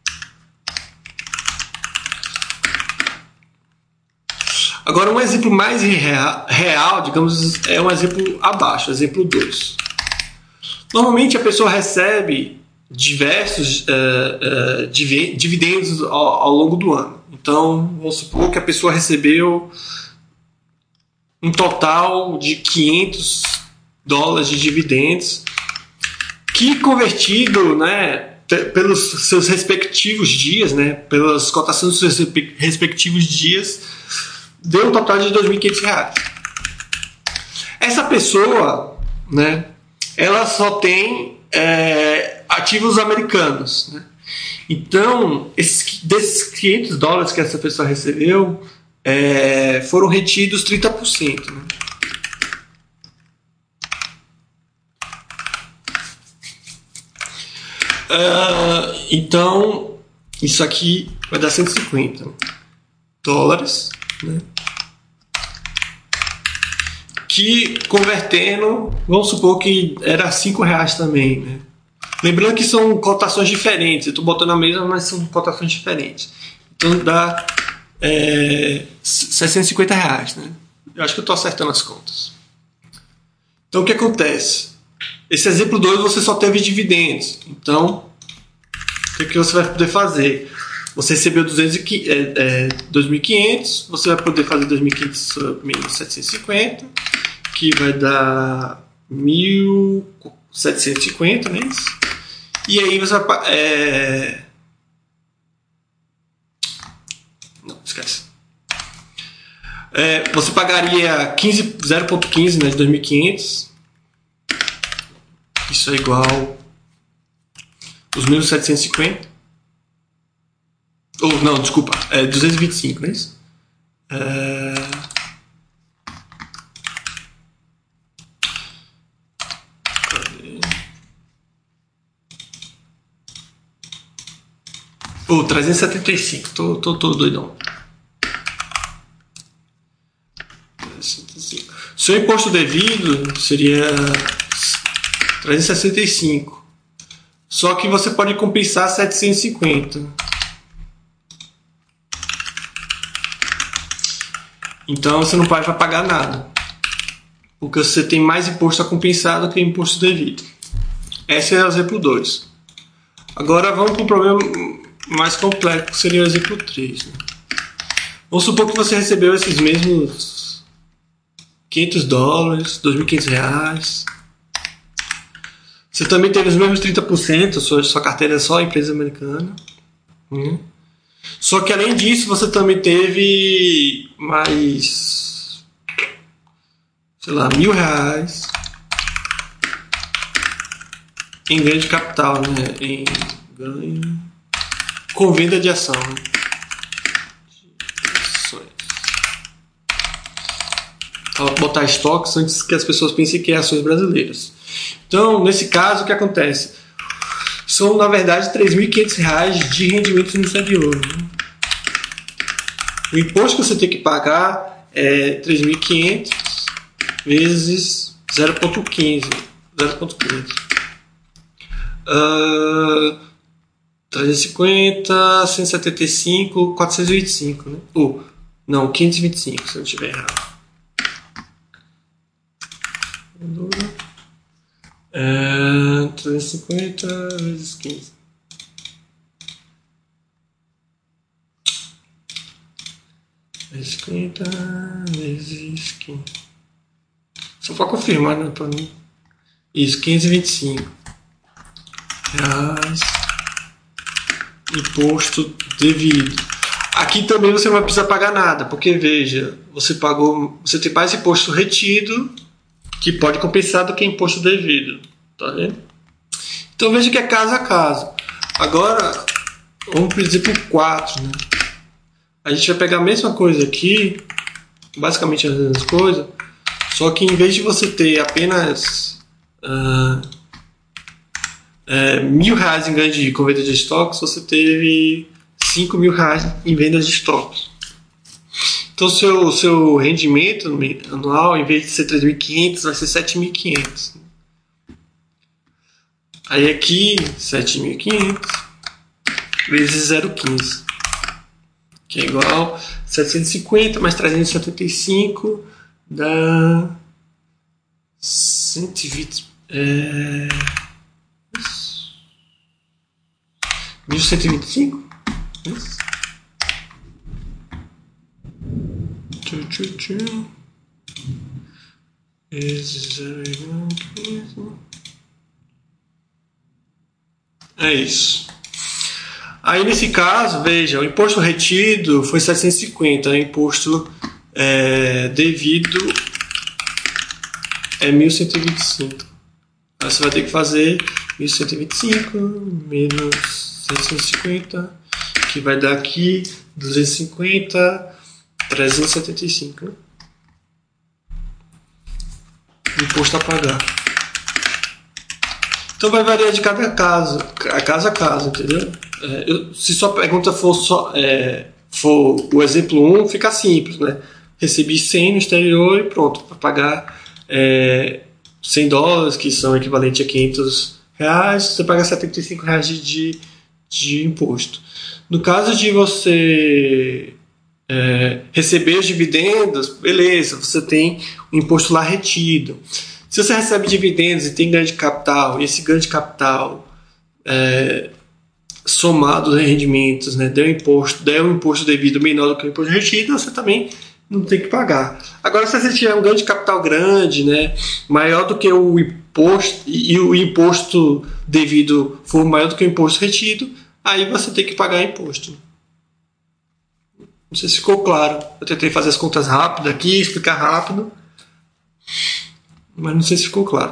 Agora, um exemplo mais real, real, digamos, é um exemplo abaixo, exemplo dois. Normalmente a pessoa recebe diversos uh, uh, dividendos ao, ao longo do ano. Então, vamos supor que a pessoa recebeu um total de quinhentos dólares de dividendos, que convertido, né, pelos seus respectivos dias, né, pelas cotações dos seus respectivos dias, deu um total de dois mil e quinhentos reais. Essa pessoa, né, ela só tem é, ativos americanos. Né? Então, esses, desses quinhentos dólares que essa pessoa recebeu, é, foram retidos trinta por cento. Né? Uh, então, isso aqui vai dar cento e cinquenta dólares. Né? Que convertendo, vamos supor que era cinco reais também. Né? Lembrando que são cotações diferentes, eu estou botando a mesma, mas são cotações diferentes. Então dá é, seiscentos e cinquenta reais. Né? Eu acho que eu estou acertando as contas. Então o que acontece? Esse exemplo dois você só teve dividendos. Então, o que, que você vai poder fazer? Você recebeu duzentos e, é, é, dois mil e quinhentos, você vai poder fazer dois mil e quinhentos menos setecentos e cinquenta, que vai dar mil setecentos e cinquenta, né? E aí você vai... É... Não, esquece. É, você pagaria zero vírgula quinze, né, de dois mil e quinhentos. Isso é igual os mil setecentos e cinquenta. Ou, oh, não, desculpa, é duzentos e vinte e cinco, não é isso? É... Ou oh, trezentos e setenta e cinco, tô, tô, tô doidão. Seu imposto devido seria trezentos e sessenta e cinco. Só que você pode compensar setecentos e cinquenta. Então você não vai pagar nada. Porque você tem mais imposto a compensar do que imposto devido. Esse é o exemplo dois. Agora vamos para um problema mais complexo, que seria o exemplo três. Né? Vamos supor que você recebeu esses mesmos quinhentos dólares, dois mil e quinhentos reais. Você também teve os mesmos trinta por cento, sua, sua carteira é só empresa americana. Hum. Só que além disso, você também teve mais, sei lá, mil reais em ganho de capital, né? Em ganho com venda de ação. Né? Vou botar estoques antes que as pessoas pensem que é ações brasileiras. Então, nesse caso, o que acontece? São, na verdade, três mil e quinhentos reais de rendimentos no exterior. Né? O imposto que você tem que pagar é três mil e quinhentos vezes zero vírgula quinze. zero vírgula quinze. Uh, trezentos e cinquenta, cento e setenta e cinco, quatrocentos e vinte e cinco. Né? Oh, não, quinhentos e vinte e cinco, se eu não estiver errado. É, trezentos e cinquenta vezes quinze. Vezes cinquenta vezes quinze. Só para confirmar, né? Pra mim. Isso, quinhentos e vinte e cinco reais. Imposto devido. Aqui também você não vai precisar pagar nada, porque veja, você pagou, você tem mais imposto retido que pode compensar do que imposto devido, tá vendo? Então veja que é caso a caso. Agora, vamos por exemplo quatro, né? A gente vai pegar a mesma coisa aqui, basicamente as mesmas coisas, só que em vez de você ter apenas uh, é, mil reais em ganho de com venda de estoques, você teve cinco mil reais em vendas de estoques. Então seu seu rendimento anual, em vez de ser três mil e quinhentos, vai ser sete mil e quinhentos. Aí aqui sete mil e quinhentos vezes zero vírgula quinze, que é igual a setecentos e cinquenta mais trezentos e setenta e cinco dá cento e vinte, é, mil cento e vinte e cinco. Isso. Tchu, tchu, tchu. É isso. Aí nesse caso, veja, o imposto retido foi setecentos e cinquenta, o imposto é, devido é mil cento e vinte e cinco. Aí você vai ter que fazer mil cento e vinte e cinco menos setecentos e cinquenta, que vai dar aqui duzentos e cinquenta, trezentos e setenta e cinco. Né? Imposto a pagar. Então vai variar de cada caso, a caso a caso, entendeu? É, eu, se sua pergunta for, só, é, for o exemplo um, fica simples, né? Recebi cem no exterior e pronto, para pagar é, cem dólares, que são equivalentes a quinhentos reais, você paga setenta e cinco reais de, de, de imposto. No caso de você é, receber os dividendos, beleza, você tem o imposto lá retido. Se você recebe dividendos e tem ganho de capital, e esse ganho de capital é, somado aos rendimentos, né, der, imposto, der um imposto devido menor do que o imposto retido, você também não tem que pagar. Agora, se você tiver um ganho de capital grande, né, maior do que o imposto, e o imposto devido for maior do que o imposto retido, aí você tem que pagar imposto. Não sei se ficou claro. Eu tentei fazer as contas rápido aqui, explicar rápido, mas não sei se ficou claro.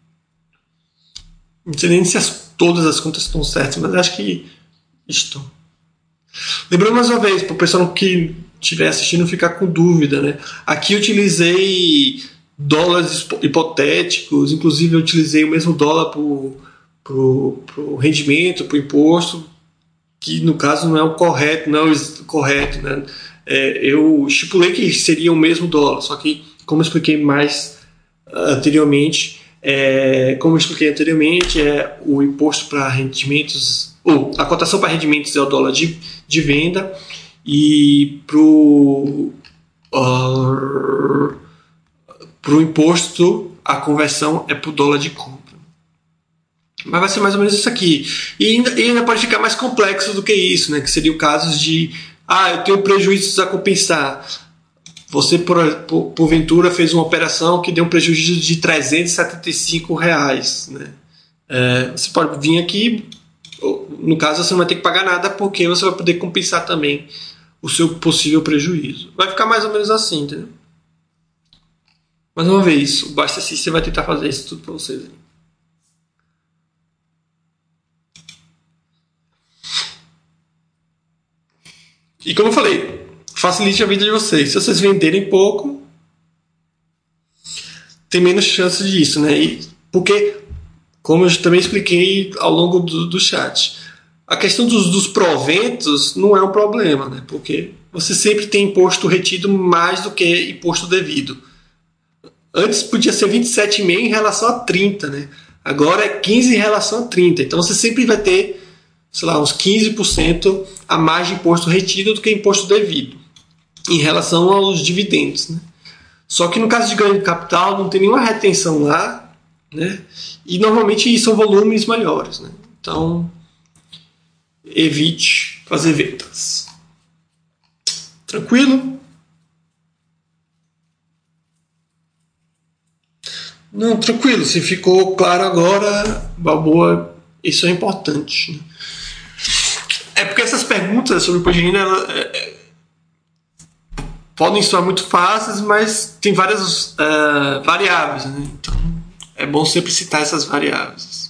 Não sei nem se as, todas as contas estão certas, mas acho que estão. Lembrando mais uma vez, para o pessoal que estiver assistindo ficar com dúvida, né? Aqui eu utilizei dólares hipotéticos, inclusive eu utilizei o mesmo dólar para o rendimento, para o imposto, que no caso não é o correto, não é o correto, né? É, eu estipulei que seria o mesmo dólar, só que, como eu expliquei mais anteriormente, é, como eu expliquei anteriormente, é o imposto para rendimentos, ou a cotação para rendimentos é o dólar de, de venda, e para o uh, pro imposto a conversão é para o dólar de compra. Mas vai ser mais ou menos isso aqui. E ainda, e ainda pode ficar mais complexo do que isso, né? Que seria o caso de ah, eu tenho prejuízos a compensar. Você, por, por, porventura, fez uma operação que deu um prejuízo de trezentos e setenta e cinco reais. Né? É, você pode vir aqui, no caso você não vai ter que pagar nada, porque você vai poder compensar também o seu possível prejuízo. Vai ficar mais ou menos assim, entendeu? Mais uma vez, o Basta System vai tentar fazer isso tudo para vocês. E como eu falei, facilite a vida de vocês. Se vocês venderem pouco, tem menos chance disso, né? E porque, como eu também expliquei ao longo do, do chat, a questão dos, dos proventos não é um problema, né? Porque você sempre tem imposto retido mais do que imposto devido. Antes podia ser vinte e sete vírgula cinco em relação a trinta, né? Agora é quinze em relação a trinta. Então você sempre vai ter, sei lá, uns quinze por cento a mais de imposto retido do que imposto devido em relação aos dividendos, né? Só que no caso de ganho de capital não tem nenhuma retenção lá, né? E normalmente são volumes maiores, né? Então evite fazer vendas. Tranquilo? Não, tranquilo, se ficou claro agora, Balboa, isso é importante, né? É porque essas perguntas sobre imposto de renda ela, é, é, podem soar muito fáceis, mas tem várias uh, variáveis, né? Então é bom sempre citar essas variáveis.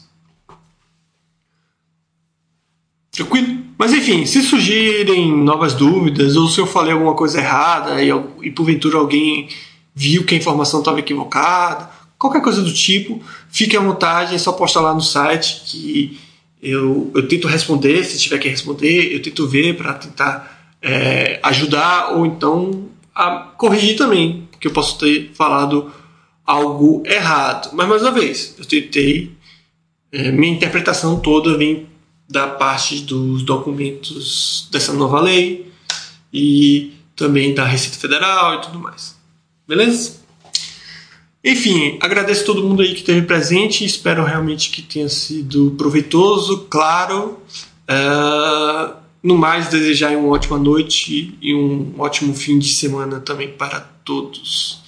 Tranquilo? Mas enfim, se surgirem novas dúvidas ou se eu falei alguma coisa errada e, e porventura alguém viu que a informação estava equivocada, qualquer coisa do tipo, fique à vontade, é só postar lá no site que eu, eu tento responder, se tiver que responder, eu tento ver para tentar é, ajudar ou então a corrigir também, porque eu posso ter falado algo errado. Mas mais uma vez, eu tentei, é, minha interpretação toda vem da parte dos documentos dessa nova lei e também da Receita Federal e tudo mais. Beleza? Enfim, agradeço a todo mundo aí que esteve presente. Espero realmente que tenha sido proveitoso, claro. Uh, no mais, desejar uma ótima noite e um ótimo fim de semana também para todos.